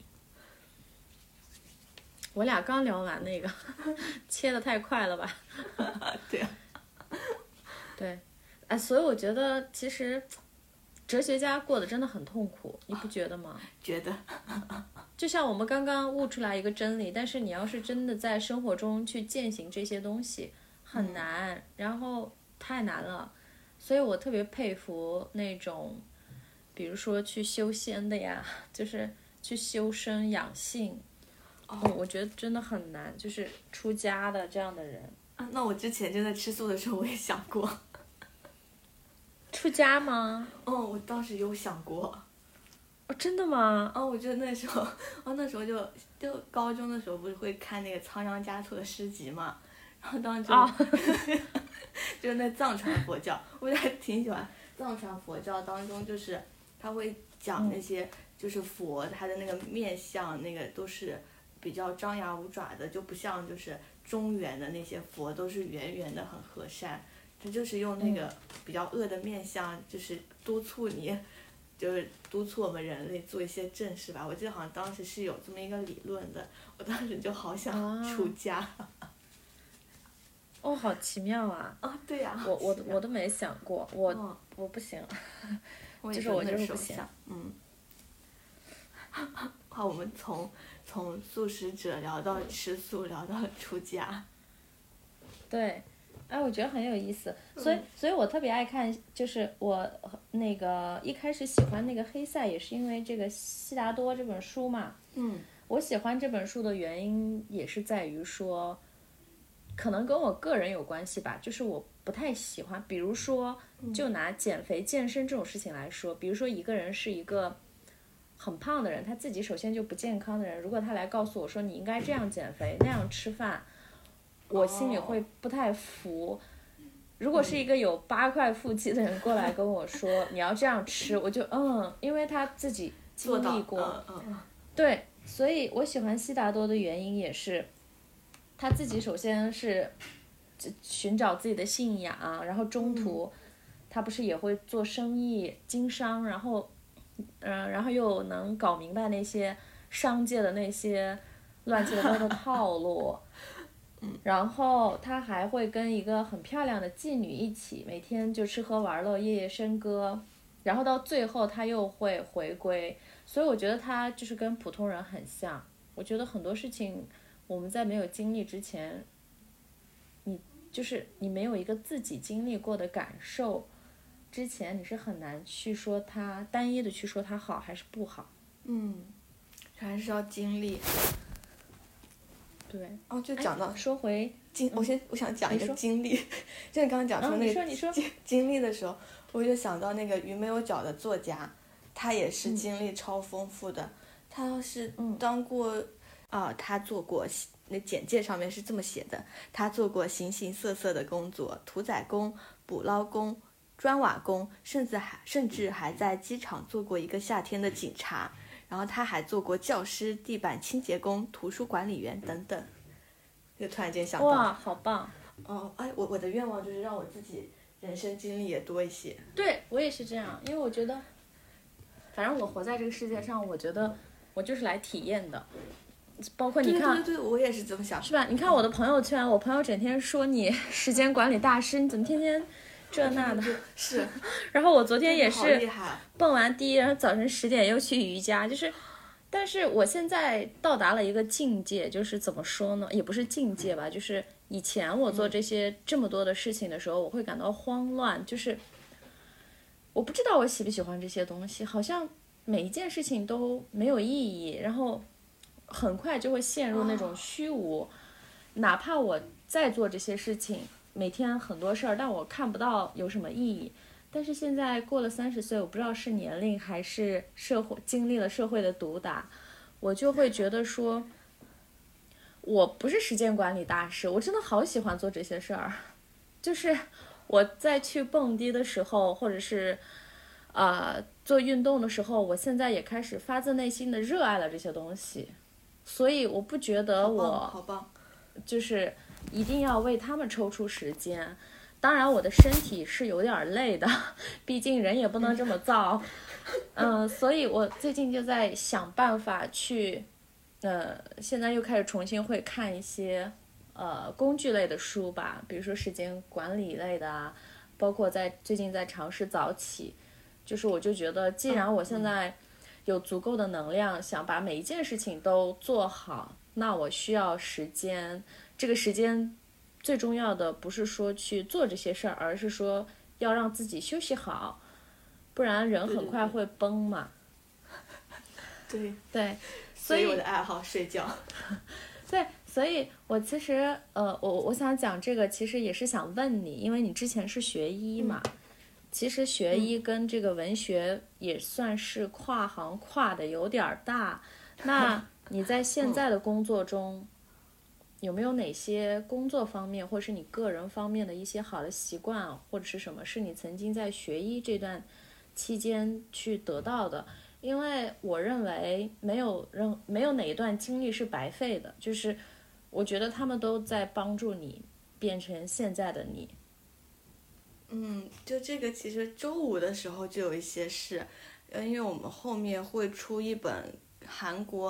我俩刚聊完那个，切得太快了吧？ 对啊。 对，所以我觉得其实哲学家过得真的很痛苦，你不觉得吗？ 觉得。 就像我们刚刚悟出来一个真理，但是你要是真的在生活中去践行这些东西。很难，然后太难了，所以我特别佩服那种，比如说去修仙的呀，就是去修身养性，我觉得真的很难，就是出家的这样的人。 那我之前真的吃素的时候，我也想过。 出家吗？ 我当时有想过。 真的吗？ 我觉得那时候，就高中的时候不是会看那个仓央嘉措的诗集嘛。然后当时就是那藏传佛教，我还挺喜欢藏传佛教当中，就是他会讲那些就是佛他的那个面相，那个都是比较张牙舞爪的，就不像就是中原的那些佛都是圆圆的很和善，他就是用那个比较恶的面相，就是督促我们人类做一些正事吧。我记得好像当时是有这么一个理论的，我当时就好想出家。 好奇妙啊！ 对呀， 我都没想过， 我不行， 我也就是我那就是不行时候想，好，我们从素食者聊到吃素，聊到出家。 对，哎，我觉得很有意思，所以我特别爱看，就是我那个一开始喜欢那个黑塞，也是因为这个悉达多这本书嘛。我喜欢这本书的原因也是在于说，可能跟我个人有关系吧，就是我不太喜欢，比如说，就拿减肥健身这种事情来说，比如说一个人是一个很胖的人，他自己首先就不健康的人，如果他来告诉我说你应该这样减肥那样吃饭，我心里会不太服。如果是一个有8块腹肌的人过来跟我说你要这样吃，我就因为他自己经历过，对，所以我喜欢悉达多的原因也是，他自己首先是寻找自己的信仰，然后中途他不是也会做生意经商，然后又能搞明白那些商界的那些乱七八糟的套路。然后他还会跟一个很漂亮的妓女一起，每天就吃喝玩乐，夜夜笙歌，然后到最后他又会回归，所以我觉得他就是跟普通人很像。我觉得很多事情我们在没有经历之前，你没有一个自己经历过的感受之前，你是很难去说它单一的去说它好还是不好。 还是要经历。 对， 就讲到说回我想讲一个经历，就你刚刚讲说那个你说经历的时候，我就想到那个鱼没有脚的作家，他也是经历超丰富的。他是当过他做过，那简介上面是这么写的，他做过形形色色的工作，屠宰工、捕捞工、砖瓦工，甚至还在机场做过一个夏天的警察。然后他还做过教师、地板清洁工、图书管理员等等。就突然间想到， 哇，好棒！ 我的愿望就是让我自己人生经历也多一些。 对，我也是这样，因为我觉得，反正我活在这个世界上，我觉得我就是来体验的。包括你看， 对，我也是这么想， 是吧？你看我的朋友圈，我朋友整天说你时间管理大师，你怎么天天这那的？ 是。 然后我昨天也是蹦完迪，然后早晨10点又去瑜伽，就是。但是我现在到达了一个境界，就是怎么说呢，也不是境界吧，就是以前我做这么多的事情的时候，我会感到慌乱，就是我不知道我喜不喜欢这些东西，好像每一件事情都没有意义，然后很快就会陷入那种虚无。哪怕我在做这些事情，每天很多事儿，但我看不到有什么意义。但是现在过了30岁，我不知道是年龄还是经历了社会的毒打，我就会觉得说，我不是时间管理大师，我真的好喜欢做这些事儿。就是我在去蹦迪的时候，或者是做运动的时候，我现在也开始发自内心的热爱了这些东西，所以我不觉得我就是一定要为他们抽出时间。当然我的身体是有点累的，毕竟人也不能这么造。所以我最近就在想办法去现在又开始重新会看一些工具类的书吧，比如说时间管理类的啊，包括最近在尝试早起。就是我就觉得既然我现在有足够的能量想把每一件事情都做好，那我需要时间。这个时间最重要的不是说去做这些事儿，而是说要让自己休息好，不然人很快会崩嘛。对， 所以我的爱好睡觉。 对，所以我其实我想讲这个，其实也是想问你，因为你之前是学医嘛，其实学医跟这个文学也算是跨行跨的有点大。那你在现在的工作中，有没有哪些工作方面或是你个人方面的一些好的习惯，或者是什么是你曾经在学医这段期间去得到的？因为我认为没有哪一段经历是白费的，就是我觉得他们都在帮助你变成现在的你。 就这个其实周5的时候就有一些事，因为我们后面会出一本韩国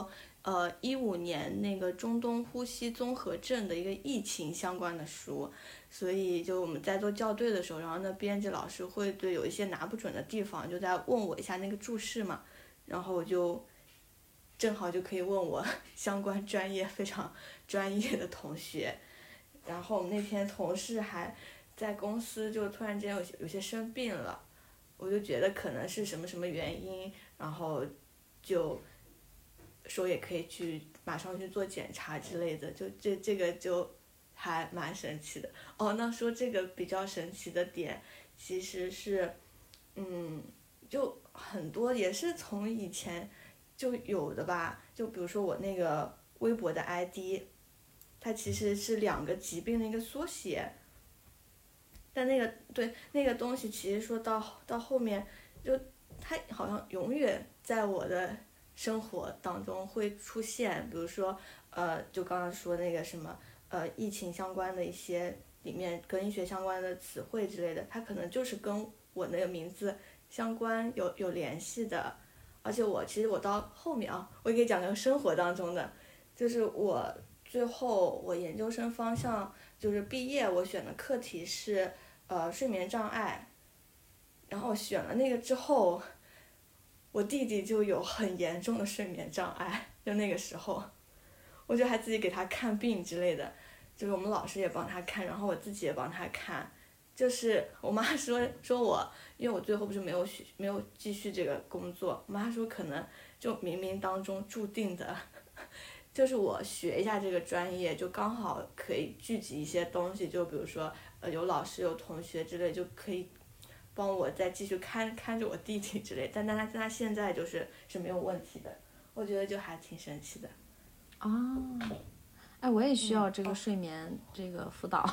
15年那个中东呼吸综合症的一个疫情相关的书，所以就我们在做校对的时候，然后呢编辑老师会对有一些拿不准的地方就在问我一下那个注释嘛，然后我就正好就可以问我相关专业非常专业的同学，然后我们那天同事还在公司就突然间有些生病了，我就觉得可能是什么什么原因，然后就说也可以去马上去做检查之类的，就这个就还蛮神奇的哦。那说这个比较神奇的点，其实是，就很多也是从以前就有的吧。就比如说我那个微博的 ID， 它其实是2个疾病的一个缩写，但那个东西其实说到后面，就它好像永远在我的生活当中会出现，比如说就刚刚说那个什么疫情相关的一些里面跟医学相关的词汇之类的，它可能就是跟我那个名字相关有联系的。而且其实我到后面啊，我也可以讲个生活当中的，就是我最后我研究生方向就是毕业我选的课题是睡眠障碍，然后我选了那个之后，我弟弟就有很严重的睡眠障碍，就那个时候，我就还自己给他看病之类的，就是我们老师也帮他看，然后我自己也帮他看，就是我妈说我，因为我最后不是没有继续这个工作，我妈说可能就冥冥当中注定的，就是我学一下这个专业，就刚好可以聚集一些东西，就比如说有老师有同学之类，就可以帮我再继续看着我弟弟之类，但他现在是没有问题的，我觉得就还挺神奇的。 哦，哎，我也需要这个睡眠这个辅导。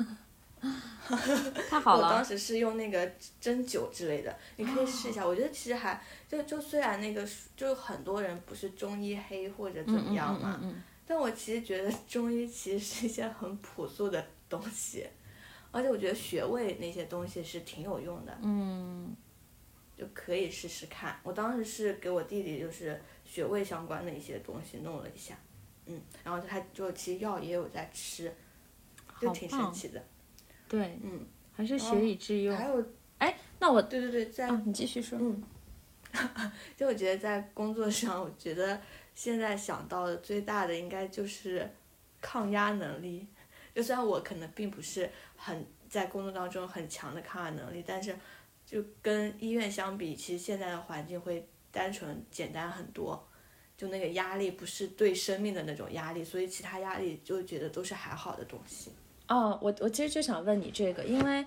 太好了！ 我当时是用那个针灸之类的，你可以试一下。我觉得其实还就虽然那个就很多人不是中医黑或者怎么样嘛，但我其实觉得中医其实是一些很朴素的东西，而且我觉得穴位那些东西是挺有用的，就可以试试看。我当时是给我弟弟就是穴位相关的一些东西弄了一下，然后他就其实药也有在吃，就挺神奇的。 对，还是学以致用。 还有， 哎，那我对， 你继续说。 就我觉得在工作上，我觉得现在想到的最大的应该就是抗压能力。就虽然我可能并不是在工作当中很强的抗压能力，但是就跟医院相比，其实现在的环境会单纯简单很多。就那个压力不是对生命的那种压力，所以其他压力就觉得都是还好的东西。 哦，我其实就想问你这个，因为，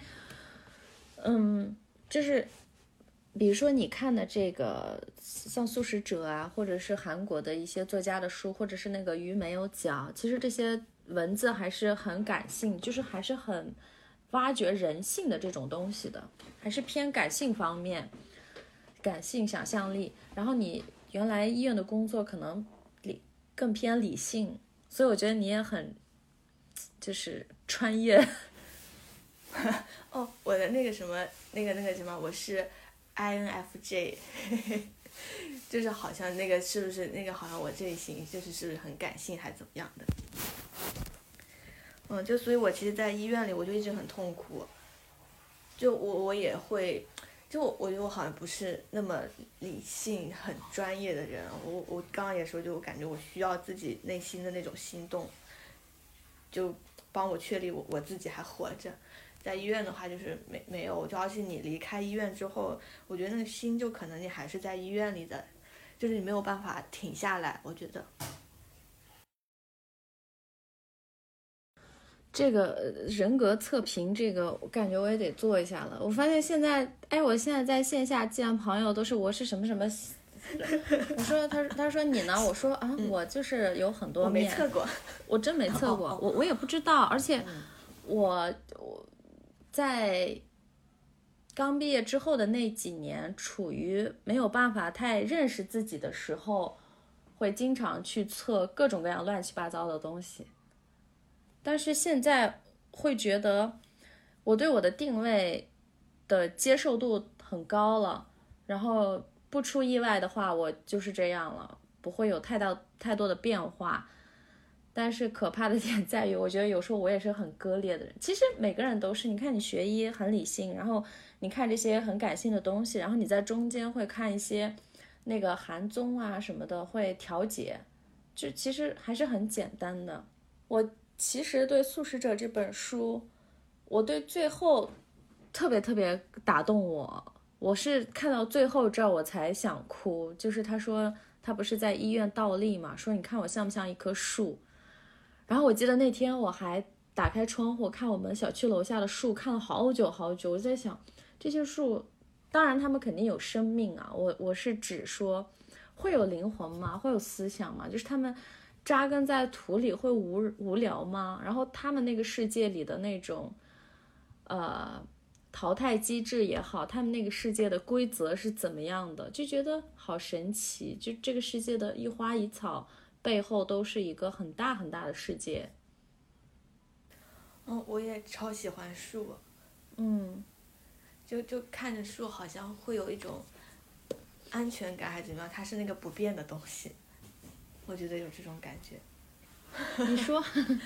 就是比如说你看的这个像素食者啊，或者是韩国的一些作家的书，或者是那个鱼没有脚，其实这些文字还是很感性，就是还是很挖掘人性的这种东西的，还是偏感性方面，感性想象力。然后你原来医院的工作可能更偏理性，所以我觉得你也很就是专业。 哦，我的那个什么，我是 INFJ， 就是好像那个是不是那个好像我这一型就是是不是很感性还怎么样的？就所以我其实在医院里我就一直很痛苦，就我也会，就我觉得我好像不是那么理性很专业的人，我刚刚也说，就我感觉我需要自己内心的那种心动，就帮我确立我自己还活着。在医院的话就是没有，就而且你离开医院之后，我觉得那个心就可能你还是在医院里的，就是你没有办法停下来，我觉得。 这个人格测评，这个我感觉我也得做一下了。我发现现在，我现在在线下见朋友都是我是什么什么，我说他说你呢？我说啊，我就是有很多面。 我没测过， 我真没测过，我也不知道，而且我在刚毕业之后的那几年，处于没有办法太认识自己的时候，会经常去测各种各样乱七八糟的东西。但是现在会觉得我对我的定位的接受度很高了，然后不出意外的话，我就是这样了， 不会有太多的变化。但是可怕的点在于，我觉得有时候我也是很割裂的人。其实每个人都是，你看你学医很理性，然后你看这些很感性的东西，然后你在中间会看一些那个韩综啊什么的，会调节，就其实还是很简单的。我其实对《素食者》这本书，我对最后特别打动我是看到最后这儿我才想哭。就是他说他不是在医院倒立嘛，说你看我像不像一棵树。然后我记得那天我还打开窗户看我们小区楼下的树，看了好久好久。我在想这些树，当然他们肯定有生命啊，我是指说会有灵魂吗？会有思想吗？就是他们扎根在土里会无聊吗？然后他们那个世界里的那种淘汰机制也好，他们那个世界的规则是怎么样的，就觉得好神奇。就这个世界的一花一草背后都是一个很大很大的世界。 我也超喜欢树。就看着树好像会有一种安全感还是怎么样，它是那个不变的东西，我觉得有这种感觉。 你说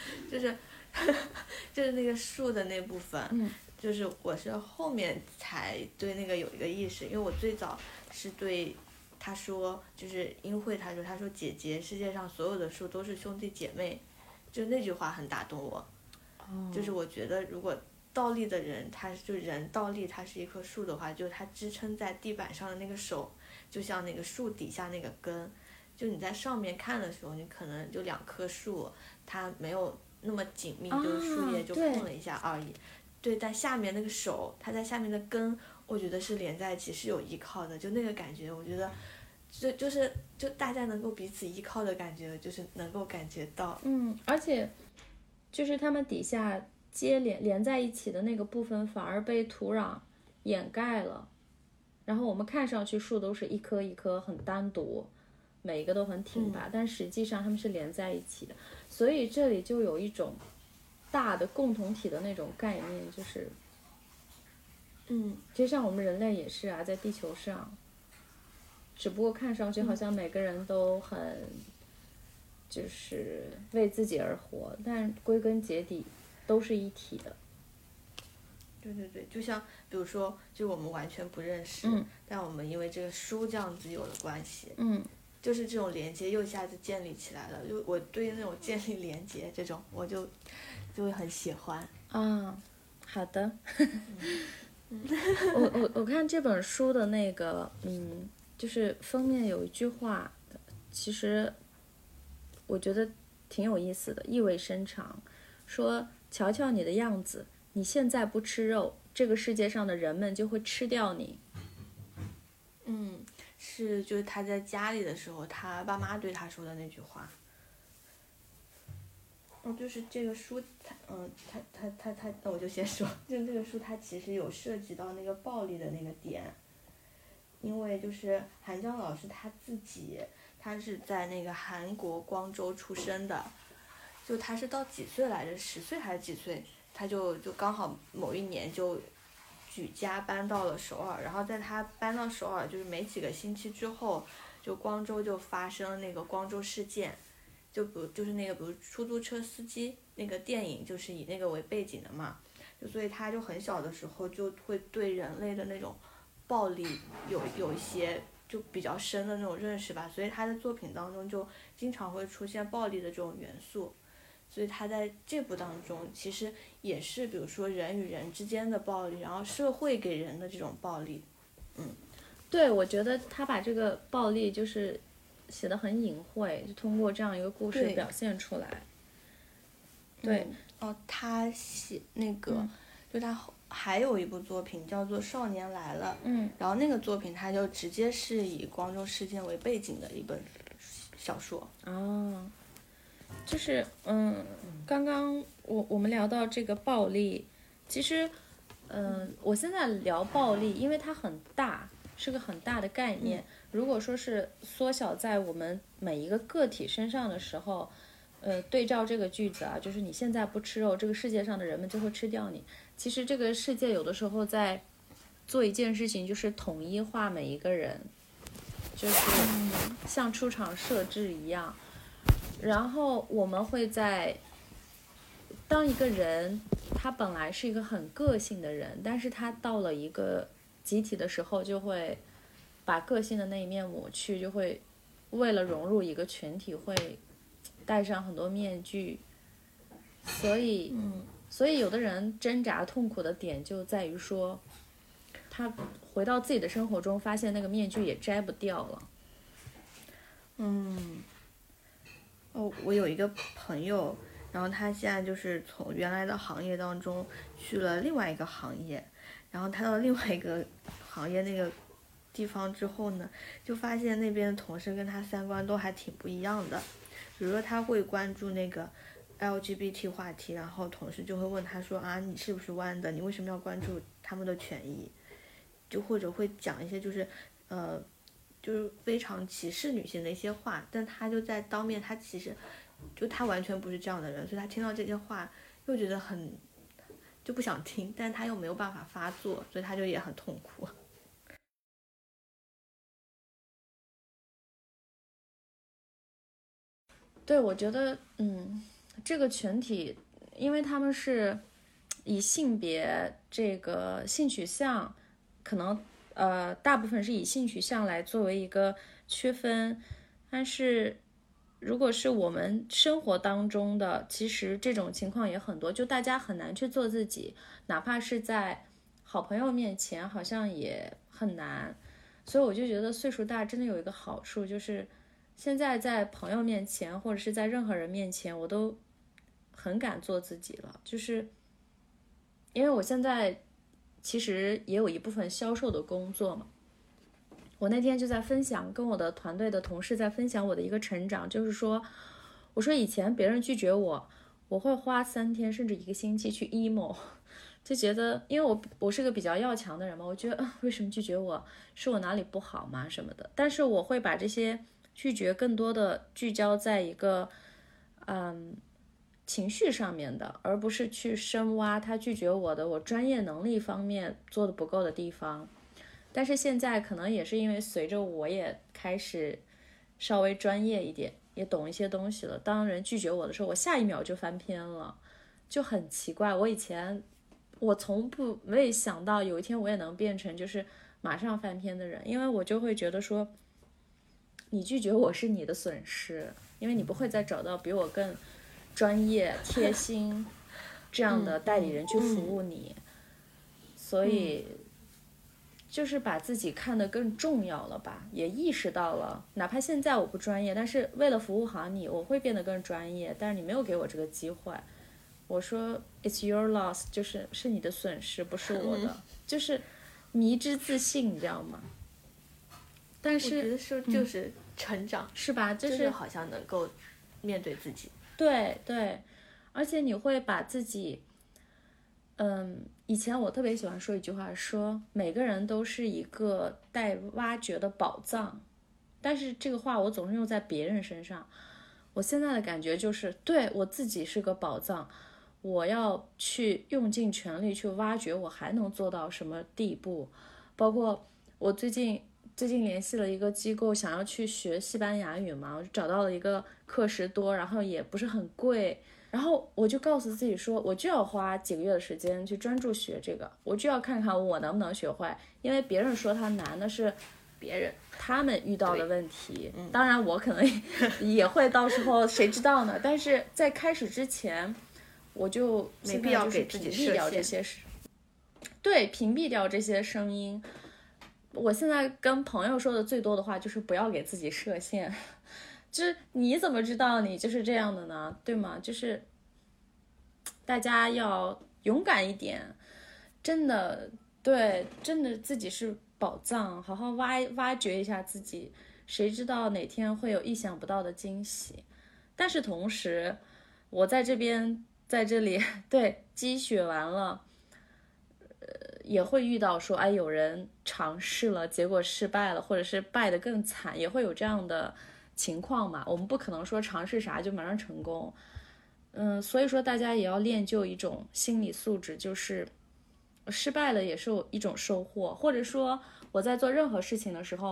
就是那个树的那部分，就是我是后面才对那个有一个意识，因为我最早是对他说，就是英惠他说姐姐，世界上所有的树都是兄弟姐妹，就那句话很打动我。就是我觉得如果倒立的人，他就人倒立，他是一棵树的话，就是他支撑在地板上的那个手，就像那个树底下那个根，就你在上面看的时候，你可能就2棵树，它没有那么紧密，就是树叶就碰了一下而已。对，但下面那个手，它在下面的根，我觉得是连在一起，是有依靠的，就那个感觉，我觉得就大家能够彼此依靠的感觉，就是能够感觉到。 而且就是他们底下连在一起的那个部分反而被土壤掩盖了，然后我们看上去树都是一棵一棵很单独，每一个都很挺拔，但实际上它们是连在一起的。所以这里就有一种大的共同体的那种概念，就是就像我们人类也是啊，在地球上，只不过看上去好像每个人都很就是为自己而活，但归根结底都是一体的。 对对对，就像比如说，就我们完全不认识，但我们因为这个书这样子有了关系，就是这种连接又一下子建立起来了。就我对那种建立连接这种，我就会很喜欢。 好的。我看这本书的那个就是封面有一句话，其实我觉得挺有意思的，意味深长，说瞧瞧你的样子，你现在不吃肉，这个世界上的人们就会吃掉你。 是就是他在家里的时候，他爸妈对他说的那句话。就是这个书，那我就先说，就这个书它其实有涉及到那个暴力的那个点，因为就是韩江老师他自己，他是在那个韩国光州出生的，就他是到几岁来着，10岁还是几岁，他就刚好某一年就举家搬到了首尔，然后在他搬到首尔就是没几个星期之后，就光州就发生那个光州事件。就是那个比如出租车司机那个电影就是以那个为背景的嘛，所以他就很小的时候就会对人类的那种暴力有一些就比较深的那种认识吧，所以他的作品当中就经常会出现暴力的这种元素，所以他在这部当中其实也是比如说人与人之间的暴力，然后社会给人的这种暴力。 对，我觉得他把这个暴力就是写得很隐晦，就通过这样一个故事表现出来。对， 他写那个，就他还有一部作品叫做《少年来了》，然后那个作品他就直接是以光州事件为背景的一本小说。 就是刚刚我们聊到这个暴力，其实我现在聊暴力，因为它很大，是个很大的概念。如果说是缩小在我们每一个个体身上的时候，对照这个句子啊，就是你现在不吃肉，这个世界上的人们就会吃掉你。其实这个世界有的时候在做一件事情，就是统一化每一个人， 就是像出厂设置一样。然后我们会在当一个人他本来是一个很个性的人，但是他到了一个集体的时候，就会把个性的那一面抹去，就会为了融入一个群体会戴上很多面具。所以有的人挣扎痛苦的点就在于说，他回到自己的生活中，发现那个面具也摘不掉了。 我有一个朋友，然后他现在就是从原来的行业当中去了另外一个行业，然后他到另外一个行业那个地方之后呢，就发现那边的同事跟他三观都还挺不一样的。比如说他会关注那个 LGBT 话题，然后同事就会问他说啊，你是不是弯的？你为什么要关注他们的权益？就或者会讲一些就是非常歧视女性的一些话，但他就在当面，他其实就他完全不是这样的人，所以他听到这些话又觉得就不想听，但他又没有办法发作，所以他就也很痛苦。 对，我觉得这个群体，因为他们是以性别这个性取向，可能大部分是以性取向来作为一个区分，但是如果是我们生活当中的，其实这种情况也很多，就大家很难去做自己，哪怕是在好朋友面前，好像也很难。所以我就觉得岁数大真的有一个好处，就是现在在朋友面前或者是在任何人面前，我都很敢做自己了，就是因为我现在其实也有一部分销售的工作嘛。我那天就在分享，跟我的团队的同事在分享我的一个成长，就是说，我说以前别人拒绝我，我会花3天甚至1个星期去 emo， 就觉得因为我是个比较要强的人嘛，我觉得为什么拒绝我，是我哪里不好吗什么的，但是我会把这些拒绝更多的聚焦在一个情绪上面的，而不是去深挖他拒绝我的我专业能力方面做的不够的地方。但是现在可能也是因为随着我也开始稍微专业一点，也懂一些东西了，当人拒绝我的时候，我下一秒就翻篇了，就很奇怪。我从未想到有一天我也能变成就是马上翻篇的人，因为我就会觉得说，你拒绝我是你的损失，因为你不会再找到比我更专业贴心这样的代理人去服务你，所以就是把自己看得更重要了吧，也意识到了哪怕现在我不专业，但是为了服务好你，我会变得更专业，但是你没有给我这个机会。我说 It's your loss， 是你的损失，不是我的，就是迷之自信，你知道吗？但是我觉得说就是成长， 是吧？ 就是好像能够面对自己。 对对，而且你会把自己以前我特别喜欢说一句话，说每个人都是一个待挖掘的宝藏，但是这个话我总是用在别人身上。我现在的感觉就是，对，我自己是个宝藏，我要去用尽全力去挖掘我还能做到什么地步。包括我最近联系了一个机构，想要去学西班牙语嘛，我就找到了一个课时多，然后也不是很贵，然后我就告诉自己说，我就要花几个月的时间去专注学这个，我就要看看我能不能学会，因为别人说它难的是他们遇到的问题，当然我可能也会到时候谁知道呢，但是在开始之前我就没必要给自己屏蔽掉这些对，屏蔽掉这些声音。我现在跟朋友说的最多的话就是不要给自己设限，就是你怎么知道你就是这样的呢，对吗？就是大家要勇敢一点，真的，对，真的自己是宝藏，好好挖掘一下自己，谁知道哪天会有意想不到的惊喜。但是同时我在这里对积雪完了，也会遇到说，有人尝试了，结果失败了，或者是败得更惨，也会有这样的情况嘛。我们不可能说尝试啥就马上成功，所以说大家也要练就一种心理素质，就是失败了也是一种收获，或者说我在做任何事情的时候，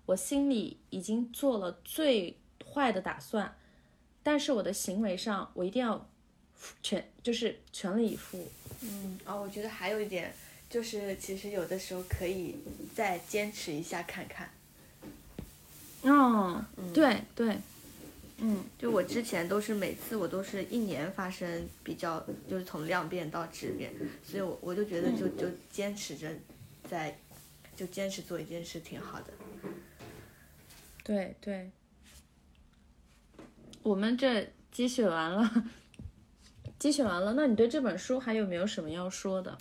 我心里已经做了最坏的打算，但是我的行为上我一定要就是全力以赴。 我觉得还有一点就是，其实有的时候可以再坚持一下看看。 对对， 就我之前都是每次我都是1年发生比较，就是从量变到质变，所以我就觉得就坚持着就坚持做一件事挺好的。 对对，我们这积雪完了，那你对这本书还有没有什么要说的？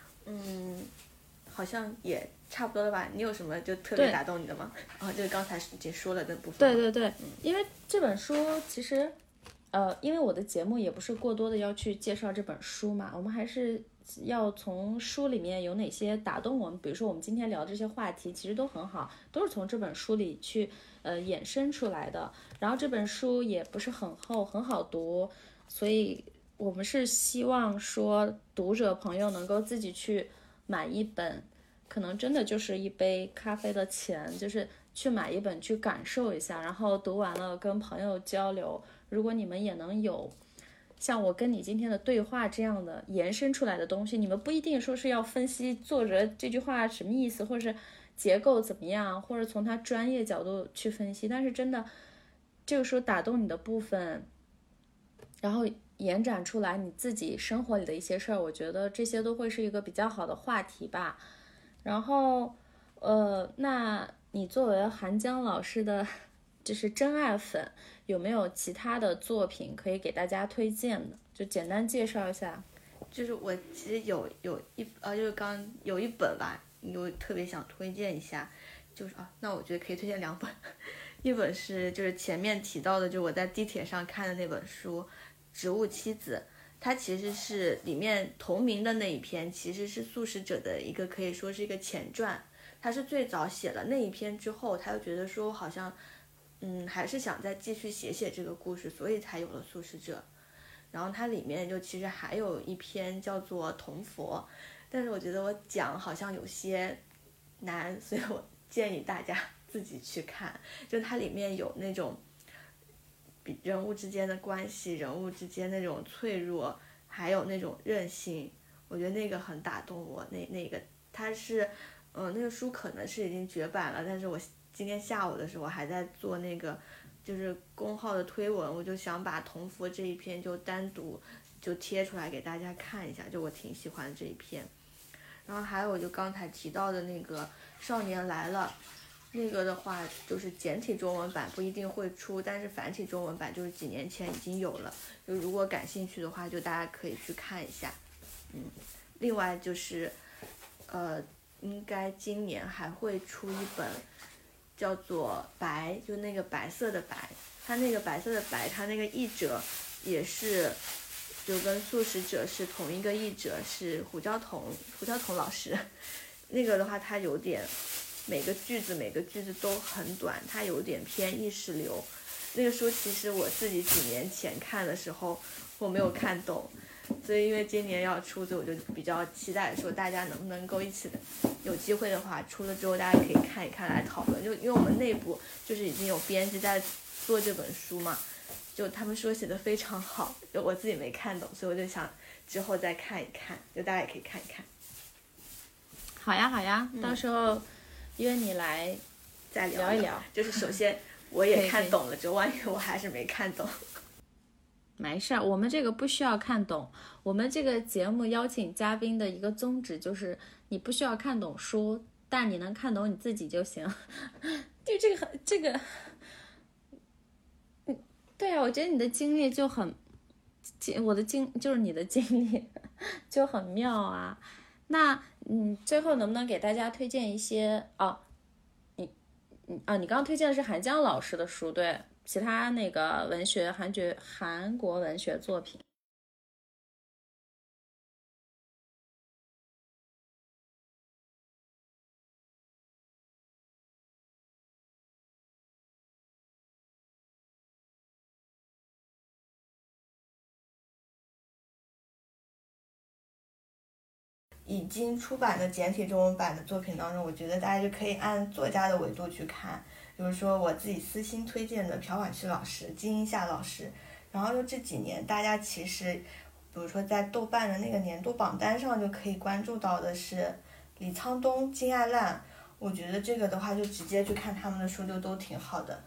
好像也差不多了吧？你有什么就特别打动你的吗？就是刚才已经说了的部分。 对对对，因为这本书其实，因为我的节目也不是过多的要去介绍这本书嘛，我们还是要从书里面有哪些打动我们，比如说我们今天聊这些话题，其实都很好，都是从这本书里去衍生出来的。然后这本书也不是很厚，很好读，所以我们是希望说读者朋友能够自己去买一本，可能真的就是一杯咖啡的钱，就是去买一本去感受一下，然后读完了跟朋友交流。如果你们也能有像我跟你今天的对话这样的延伸出来的东西，你们不一定说是要分析作者这句话什么意思，或者是结构怎么样，或者从他专业角度去分析，但是真的这个时候打动你的部分，然后延展出来你自己生活里的一些事儿，我觉得这些都会是一个比较好的话题吧。然后那你作为韩江老师的就是真爱粉，有没有其他的作品可以给大家推荐的？就简单介绍一下。 就是我其实有就是刚有一本吧，有特别想推荐一下，就是那我觉得可以推荐2本，一本是就是前面提到的，就我在地铁上看的那本书《植物妻子》，它其实是里面同名的那一篇，其实是素食者的一个可以说是一个前传。他是最早写了那一篇之后，他又觉得说好像还是想再继续写这个故事，所以才有了素食者。然后它里面就其实还有一篇叫做同佛，但是我觉得我讲好像有些难，所以我建议大家自己去看。就它里面有那种比人物之间的关系，人物之间那种脆弱，还有那种韧性，我觉得那个很打动我。那个它是那个书可能是已经绝版了，但是我今天下午的时候我还在做那个就是公号的推文，我就想把同佛这一篇就单独就贴出来给大家看一下，就我挺喜欢的这一篇。然后还有就刚才提到的那个少年来了，那个的话就是简体中文版不一定会出，但是繁体中文版就是几年前已经有了，就如果感兴趣的话就大家可以去看一下。另外就是应该今年还会出一本叫做白，就那个白色的白，它那个白色的白，它那个译者也是就跟素食者是同一个译者，是胡椒彤老师。那个的话它有点每个句子都很短，它有点偏意识流。那个书其实我自己几年前看的时候我没有看懂，所以因为今年要出，所以我就比较期待说大家能不能够一起有机会的话，出了之后大家可以看一看来讨论。就因为我们内部就是已经有编辑在做这本书嘛，就他们说写的非常好，就我自己没看懂，所以我就想之后再看一看，就大家也可以看一看。 好呀，到时候约你来再聊一聊。 就是首先我也看懂了，就万一我还是没看懂。 没事，我们这个不需要看懂。我们这个节目邀请嘉宾的一个宗旨就是你不需要看懂书，但你能看懂你自己就行。就这个对啊，我觉得你的经历就很就是你的经历就很妙啊。那最后能不能给大家推荐一些你刚刚推荐的是韩江老师的书，对，其他那个韩国文学作品。 已经出版的简体中文版的作品当中，我觉得大家就可以按作家的维度去看， 比如说我自己私心推荐的朴婉旭老师、金英夏老师，然后就这几年大家其实，比如说在豆瓣的那个年度榜单上就可以关注到的是李沧东、金爱烂，我觉得这个的话就直接去看他们的书就都挺好的。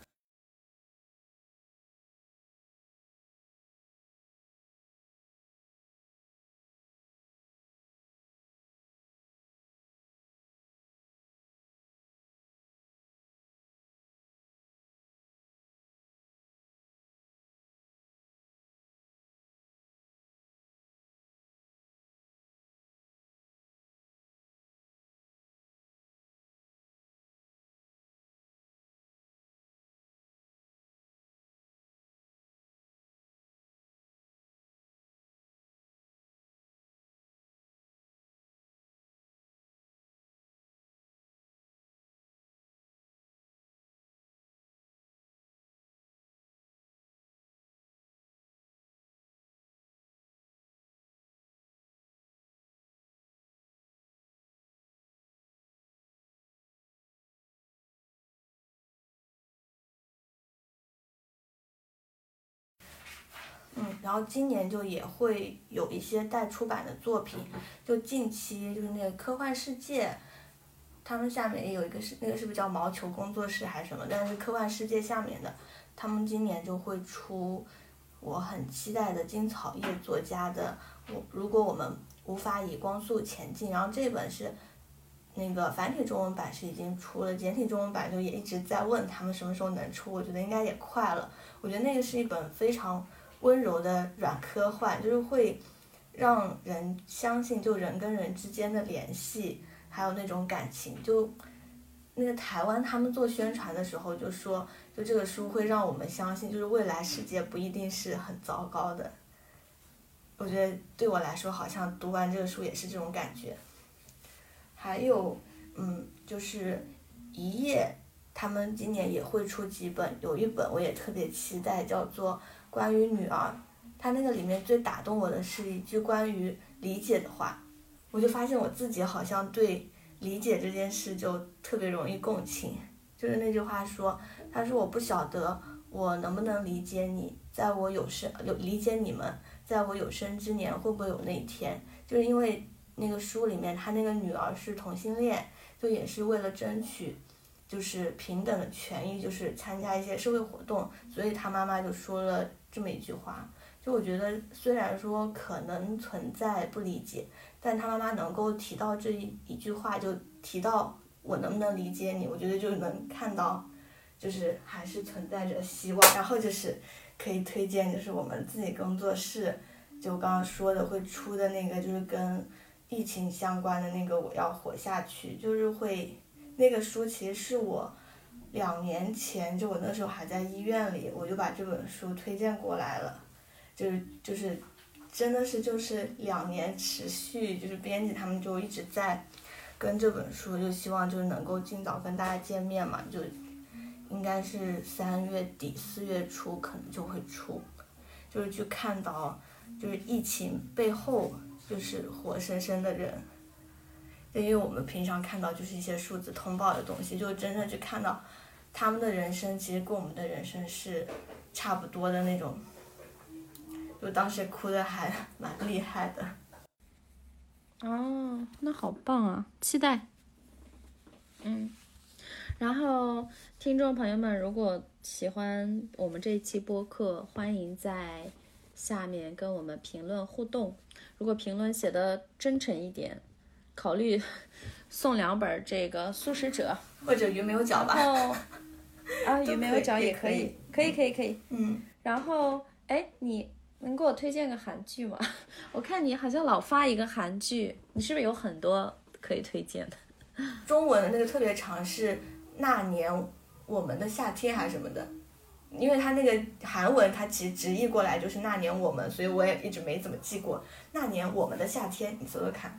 然后今年就也会有一些待出版的作品，就近期就是那个科幻世界，他们下面也有一个是那个是不是叫毛球工作室还是什么，但是科幻世界下面的，他们今年就会出我很期待的金草叶作家的如果我们无法以光速前进，然后这本是那个繁体中文版是已经出了，简体中文版就也一直在问他们什么时候能出，我觉得应该也快了。我觉得那个是一本非常温柔的软科幻，就是会让人相信就人跟人之间的联系，还有那种感情。就那个台湾他们做宣传的时候就说，就这个书会让我们相信，就是未来世界不一定是很糟糕的。我觉得对我来说，好像读完这个书也是这种感觉。还有，就是一页，他们今年也会出几本，有一本我也特别期待，叫做关于女儿。它那个里面最打动我的是一句关于理解的话，我就发现我自己好像对理解这件事就特别容易共情。就是那句话说，他说我不晓得我能不能理解你，理解你们，在我有生之年会不会有那一天？就是因为那个书里面他那个女儿是同性恋，就也是为了争取就是平等的权益，就是参加一些社会活动，所以他妈妈就说了这么一句话。就我觉得虽然说可能存在不理解，但他妈妈能够提到这一句话，就提到我能不能理解你，我觉得就能看到就是还是存在着希望。然后就是可以推荐就是我们自己工作室就刚刚说的会出的那个就是跟疫情相关的那个我要活下去，就是会那个书其实是我2年前就我那时候还在医院里，我就把这本书推荐过来了，就是真的是就是2年持续，就是编辑他们就一直在跟这本书，就希望就是能够尽早跟大家见面嘛，就应该是3月底4月初可能就会出，就是去看到就是疫情背后就是活生生的人，因为我们平常看到就是一些数字通报的东西，就真的去看到他们的人生其实跟我们的人生是差不多的那种，就当时哭的还蛮厉害的。 哦，那好棒啊，期待。然后听众朋友们，如果喜欢我们这一期播客，欢迎在下面跟我们评论互动。如果评论写的真诚一点，考虑送2本这个《素食者》 或者鱼没有脚吧。 然后鱼没有脚也可以，可以。然后你能给我推荐个韩剧吗？我看你好像老发一个韩剧，你是不是有很多可以推荐的？ 中文的那个特别长是那年我们的夏天还是什么的，因为它那个韩文它其实直译过来就是那年我们，所以我也一直没怎么记过那年我们的夏天，你搜搜看。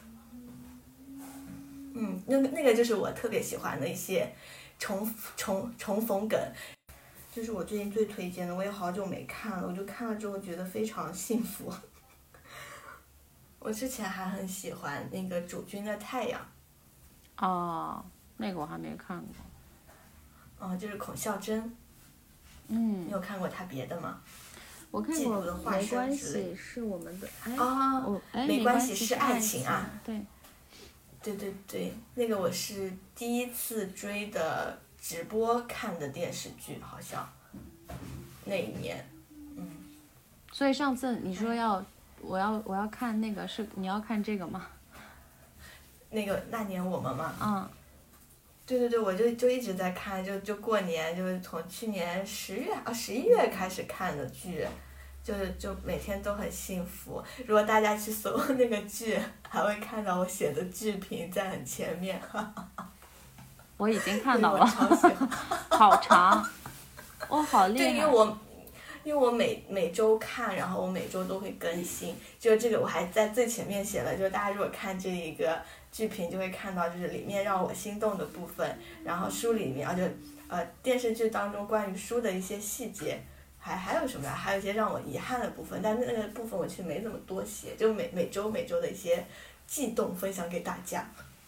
那个就是我特别喜欢的一些重逢梗，就是我最近最推荐的，我也好久没看了，我就看了之后觉得非常幸福。我之前还很喜欢那个主君的太阳。 哦，那个我还没看过。 就是孔孝真。你有看过他别的吗？ 我看过没关系是我们的没关系是爱情啊。 对， 对，那个我是第一次追的直播看的电视剧，好像那一年。 所以上次你说我要看那个，是你要看这个吗？ 那个那年我们嘛。对，我就一直在看，就过年，就是从去年11月开始看的剧，就每天都很幸福。如果大家去搜那个剧，还会看到我写的剧评在很前面。 我已经看到了， 超喜欢。 好长，好厉害。 对，因为我每周看，然后我每周都会更新。就这个我还在最前面写了，就是大家如果看这一个剧评就会看到，就是里面让我心动的部分，然后书里面电视剧当中关于书的一些细节，还有什么呀？还有一些让我遗憾的部分，但那个部分我其实没怎么多写，就每周的一些悸动分享给大家。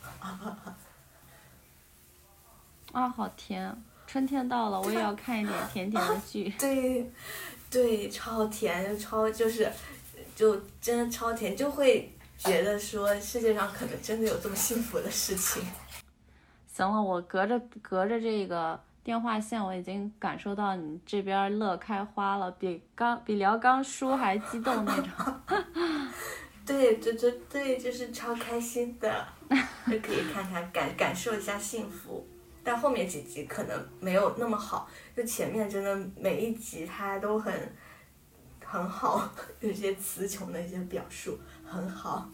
好甜，春天到了，我也要看一点甜甜的剧。 对，超甜，就真的超甜，就会觉得说世界上可能真的有这么幸福的事情。 行了，我隔着这个电话线，我已经感受到你这边乐开花了，比聊刚书还激动那种。 对，就是超开心的，就可以看看感受一下幸福。但后面几集可能没有那么好，就前面真的每一集它都很好，有些词穷的一些表述很好。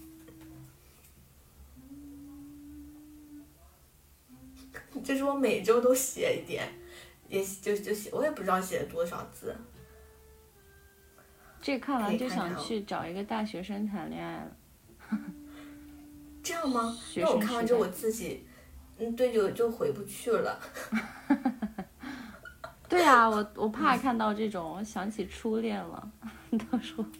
就是我每周都写一点，也就写，我也不知道写了多少字。 这看完就想去找一个大学生谈恋爱了。 这样吗？那我看完之后我自己，对，就回不去了。 对啊，我怕看到这种，想起初恋了。到时候。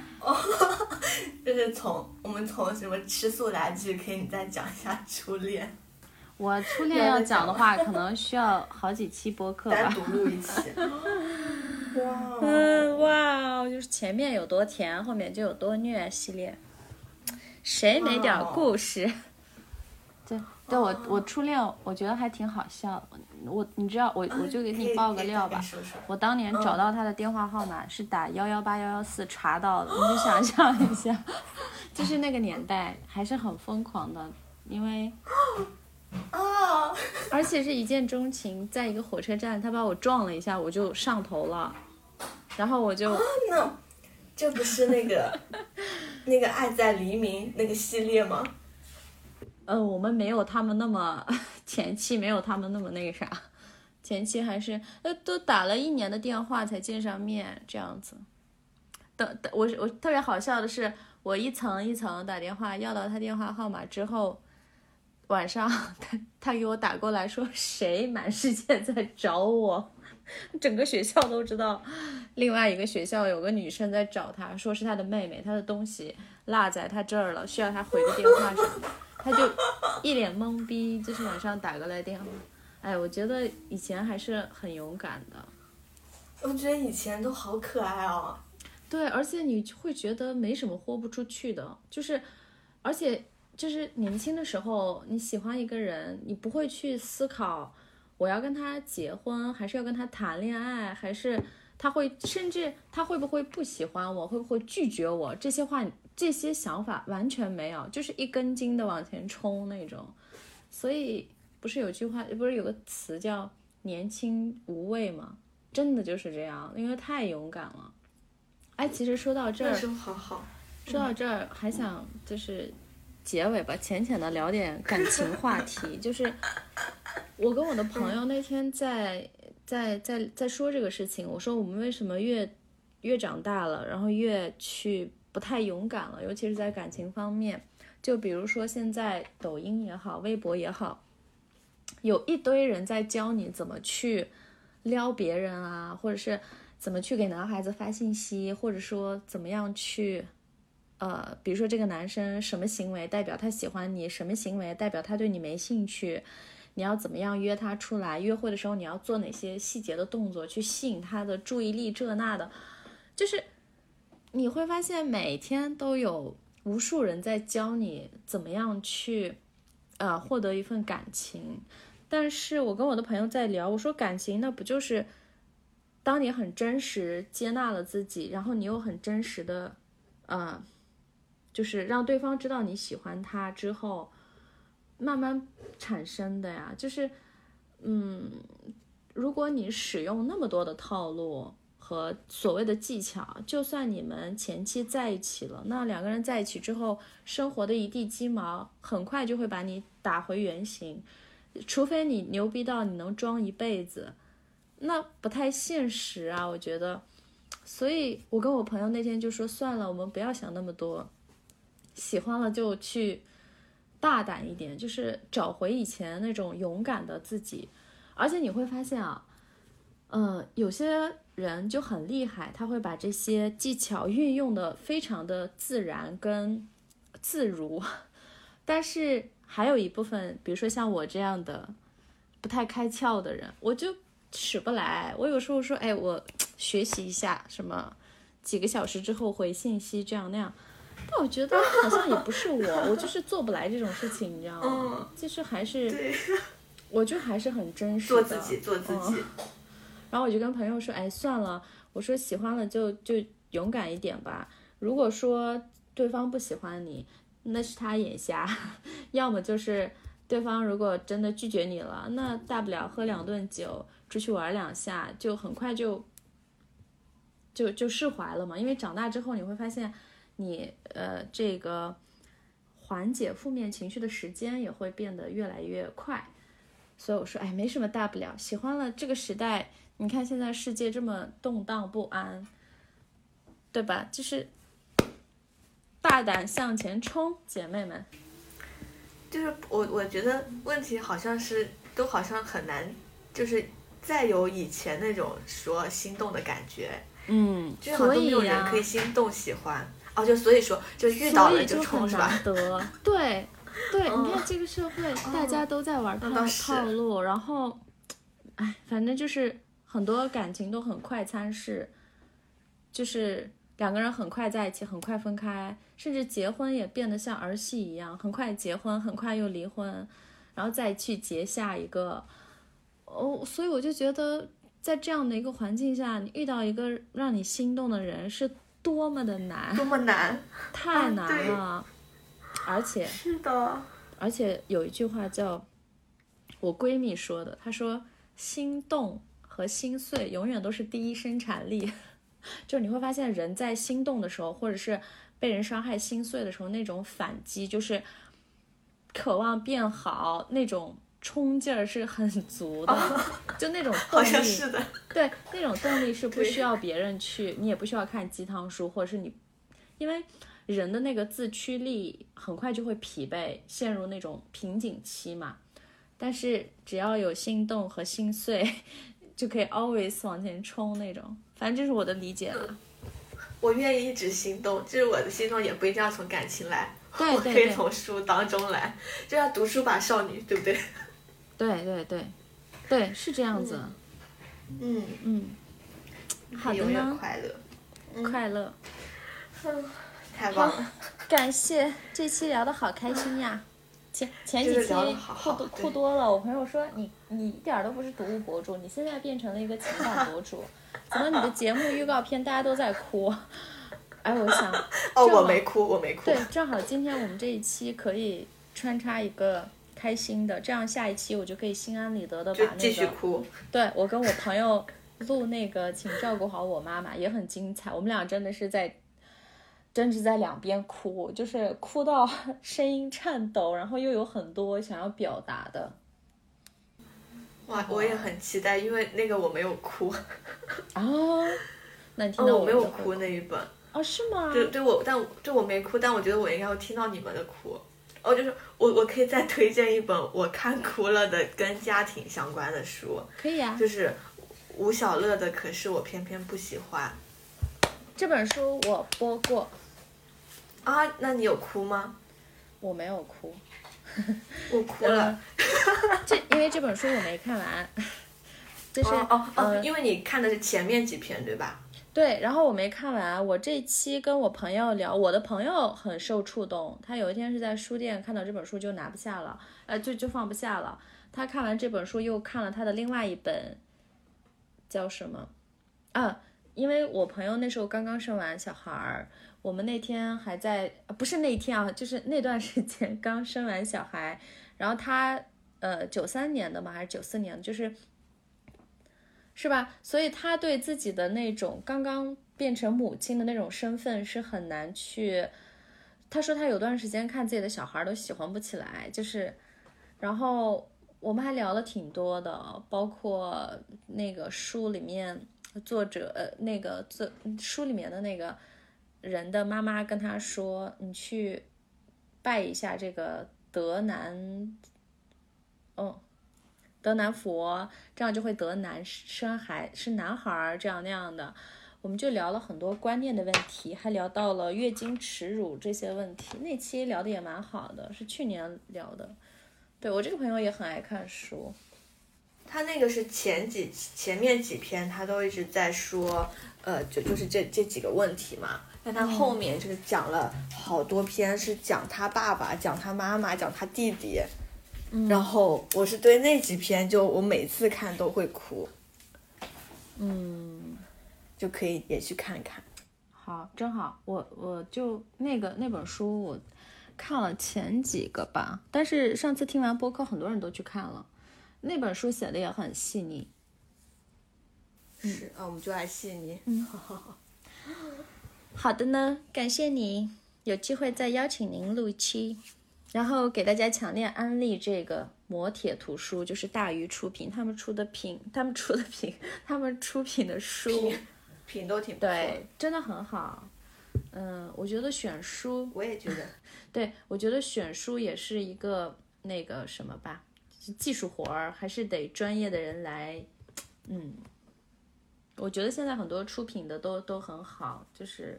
就是我们从什么吃素来剧，可以你再讲一下初恋。 我初恋要讲的话，可能需要好几期播客吧。 单独录一期。 哇，就是前面有多甜，后面就有多虐系列。谁没点故事？对，我初恋，我觉得还挺好笑的。你知道，我就给你爆个料吧。我当年找到他的电话号码是打118-114查到的，你就想象一下，就是那个年代还是很疯狂的，因为而且是一见钟情，在一个火车站，他把我撞了一下，我就上头了，然后我就这不是那个爱在黎明那个系列吗？ 我们没有他们那么前期没有他们那么那个啥，前期还是都打了1年的电话才见上面这样子。我特别好笑的是，我一层一层打电话要到他电话号码之后，晚上他给我打过来说谁满世界在找我，整个学校都知道，另外一个学校有个女生在找他，说是他的妹妹，他的东西落在他这儿了，需要他回个电话什么的。他就一脸懵逼，就是晚上打过来电话。哎，我觉得以前还是很勇敢的。 我觉得以前都好可爱哦。 对，而且你会觉得没什么豁不出去的，而且就是年轻的时候，你喜欢一个人，你不会去思考我要跟他结婚，还是要跟他谈恋爱，还是甚至他会不会不喜欢我，会不会拒绝我，这些想法完全没有，就是一根筋的往前冲那种。所以不是有句话，不是有个词叫年轻无畏吗？真的就是这样，因为太勇敢了。哎，其实说到这儿，说到这儿还想就是结尾吧，浅浅的聊点感情话题。就是我跟我的朋友那天在说这个事情，我说我们为什么越长大了，然后越去不太勇敢了，尤其是在感情方面。就比如说现在抖音也好，微博也好，有一堆人在教你怎么去撩别人啊，或者是怎么去给男孩子发信息，或者说怎么样去比如说这个男生什么行为代表他喜欢你，什么行为代表他对你没兴趣， 你要怎么样约他出来，约会的时候你要做哪些细节的动作去吸引他的注意力，这那的，就是你会发现每天都有无数人在教你怎么样去获得一份感情。但是我跟我的朋友在聊，我说感情那不就是当你很真实接纳了自己，然后你又很真实的就是让对方知道你喜欢他之后慢慢产生的呀。就是如果你使用那么多的套路和所谓的技巧，就算你们前期在一起了，那两个人在一起之后生活的一地鸡毛很快就会把你打回原形，除非你牛逼到你能装一辈子，那不太现实啊，我觉得。所以我跟我朋友那天就说算了，我们不要想那么多，喜欢了就去大胆一点，就是找回以前那种勇敢的自己。而且你会发现啊，有些人就很厉害，他会把这些技巧运用的非常的自然跟自如，但是还有一部分，比如说像我这样的不太开窍的人，我就使不来。我有时候说，哎，我学习一下什么几个小时之后回信息这样那样，但我觉得好像也不是我就是做不来这种事情，你知道吗？就是还是我就还是很真实的做自己。 然后我就跟朋友说，哎，算了，我说喜欢了就勇敢一点吧。如果说对方不喜欢你，那是他眼瞎，要么就是对方如果真的拒绝你了，那大不了喝2顿酒，出去玩2下，就很快就释怀了嘛。因为长大之后你会发现你这个缓解负面情绪的时间也会变得越来越快。所以我说，哎，没什么大不了，喜欢了。这个时代你看现在世界这么动荡不安，对吧？就是大胆向前冲，姐妹们。 就是我觉得问题好像是都好像很难，就是再有以前那种说心动的感觉。就是好像都没有人可以心动喜欢。就所以说就遇到了就冲是吧？ 对，你看这个社会大家都在玩套路，然后反正就是很多感情都很快餐式，就是两个人很快在一起很快分开，甚至结婚也变得像儿戏一样，很快结婚很快又离婚，然后再去结下一个。所以我就觉得在这样的一个环境下，你遇到一个让你心动的人是多么的难， 多么难， 太难了。而且是的， 而且有一句话叫我闺蜜说的，她说心动和心碎永远都是第一生产力。就你会发现人在心动的时候，或者是被人伤害心碎的时候，那种反击就是渴望变好，那种冲劲儿是很足的，就那种动力， 好像是的， 对，那种动力是不需要别人去，你也不需要看鸡汤书，或者是你，因为人的那个自驱力很快就会疲惫，陷入那种瓶颈期嘛。但是只要有心动和心碎，就可以 always 往前冲那种。反正这是我的理解了。 我愿意一直心动，就是我的心动也不一定要从感情来， 对， 我可以从书当中来，就要读书吧少女，对不对？ 对，是这样子。好的呢，快乐， 太棒了， 感谢这期聊得好开心呀。前几期哭多了，我朋友说你一点都不是读物博主，你现在变成了一个情感博主，怎么你的节目预告片大家都在哭？哎，我想我没哭。 对，正好今天我们这一期可以穿插一个开心的，这样下一期我就可以心安理得的把那个继续哭。 对，我跟我朋友录那个请照顾好我妈妈也很精彩，我们俩真的是在两边哭，就是哭到声音颤抖，然后又有很多想要表达的。 哇，我也很期待，因为那个我没有哭。 那你听到我没有哭那一本。 是吗？ 但我没哭，但我觉得我应该会听到你们的哭。就是我可以再推荐一本我看哭了的跟家庭相关的书。 可以啊。就是吴晓乐的《可是我偏偏不喜欢》。 这本书我播过。 那你有哭吗？ 我没有哭。 我哭了。 因为这本书我没看完，就是因为你看的是前面几篇对吧？ 对，然后我没看完。我这期跟我朋友聊，我的朋友很受触动，他有一天是在书店看到这本书就拿不下了，就放不下了。他看完这本书又看了他的另外一本，叫什么啊？因为我朋友那时候刚刚生完小孩儿，我们那天还在，不是那天啊，就是那段时间刚生完小孩，然后他93年的嘛，还是94年的，是吧？所以他对自己的那种刚刚变成母亲的那种身份是很难去。他说他有段时间看自己的小孩都喜欢不起来，然后我们还聊了挺多的，包括那个书里面作者书里面的那个人的妈妈跟他说，你去拜一下这个德南佛，这样就会得男生是男孩这样那样的。我们就聊了很多观念的问题，还聊到了月经耻辱这些问题。那期聊的也蛮好的，是去年聊的。对，我这个朋友也很爱看书， 他那个是前面几篇他都一直在说，就是这几个问题嘛。但他后面就是讲了好多篇，是讲他爸爸、讲他妈妈、讲他弟弟。然后我是对那几篇我每次看都会哭。就可以也去看看。 好，正好我就那本书我看了前几个吧，但是上次听完播客很多人都去看了，那本书写的也很细腻。 是啊，我们就爱细腻。 好的呢，感谢你，有机会再邀请您录一期，然后给大家强烈安利这个磨铁图书，就是大鱼出品，他们出品的书品都挺不错的， 对，真的很好。我觉得选书， 我也觉得， 对，我觉得选书也是一个那个什么吧，技术活儿，还是得专业的人来。我觉得现在很多出品的都很好，就是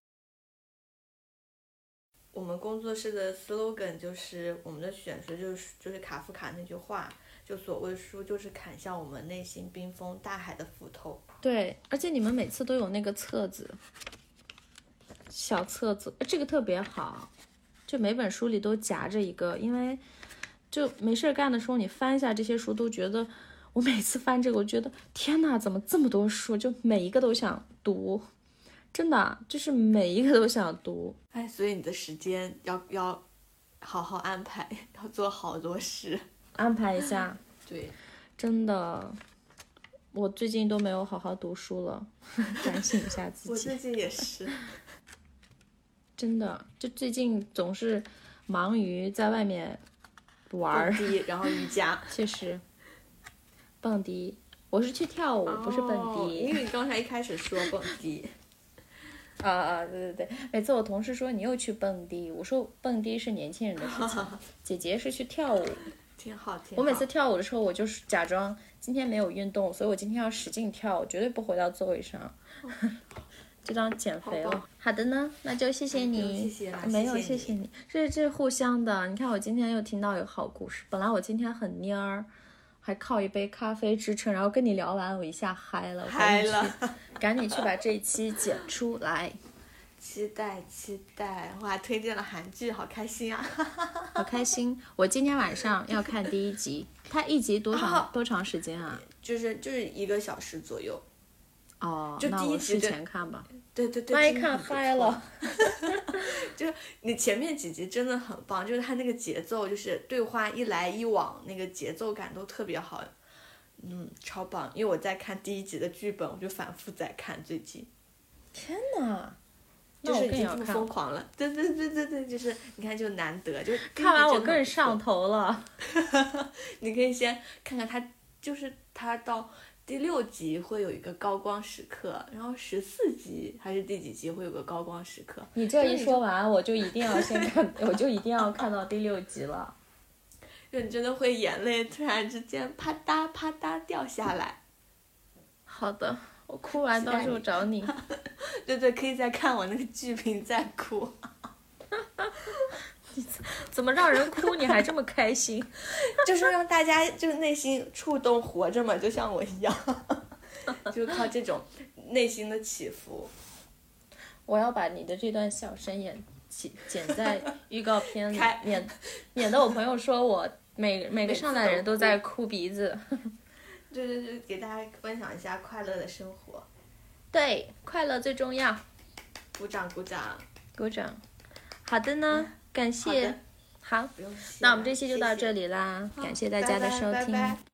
我们工作室的 slogan 就是我们的选书就是卡夫卡那句话，就所谓书就是砍向我们内心冰封大海的斧头。 对，而且你们每次都有那个册子，小册子，这个特别好，就每本书里都夹着一个，因为就没事干的时候你翻一下这些书，都觉得我每次翻这个我觉得天哪，怎么这么多书，就每一个都想读，真的就是每一个都想读。 所以你的时间要好好安排，要做好多事， 安排一下。 对， 真的我最近都没有好好读书了，反省一下自己。 我最近也是， 真的，就最近总是忙于在外面玩蹦迪，然后瑜伽。 确实，蹦迪，我是去跳舞，不是蹦迪。 因为你刚才一开始说蹦迪。 对，每次我同事说你又去蹦迪，我说蹦迪是年轻人的事情，姐姐是去跳舞。 挺好。 我每次跳舞的时候，我就是假装今天没有运动，所以我今天要使劲跳，我绝对不回到座位上，就当减肥了。好的呢，那就谢谢你。 谢谢啦， 没有谢谢你，这互相的。你看我今天又听到一个好故事，本来我今天很蔫儿，还靠一杯咖啡支撑，然后跟你聊完我一下嗨了，赶紧去把这一期剪出来。 期待，我还推荐了韩剧，好开心啊！ 好开心！我今天晚上要看第一集，它一集多长时间啊？ 就是1个小时左右。 就第一集前看吧。 对， 万一看嗨了。 就你前面几集真的很棒，就是它那个节奏，就是对话一来一往，那个节奏感都特别好，超棒。因为我在看第一集的剧本，我就反复在看最近。 天哪！ 就是已经这么疯狂了，对，就是你看就难得，就看完我更上头了。 你可以先看看他到第6集会有一个高光时刻，然后14集还是第几集会有个高光时刻。 你这一说完，我就一定要先看，我就一定要看到第6集了。 就你真的会眼泪突然之间啪嗒啪嗒掉下来。 好的。我哭完到时候找你。 对，可以再看我那个剧评再哭。 怎么让人哭你还这么开心？ 就是让大家就是内心触动活着嘛，就像我一样，就靠这种内心的起伏。 我要把你的这段小声演剪在预告片里，免得我朋友说我每个上来人都在哭鼻子。 就是给大家分享一下快乐的生活。 对，快乐最重要。 鼓掌鼓掌鼓掌。好的呢，感谢。好， 不用谢， 那我们这期就到这里啦， 谢谢感谢大家的收听。 拜拜拜拜。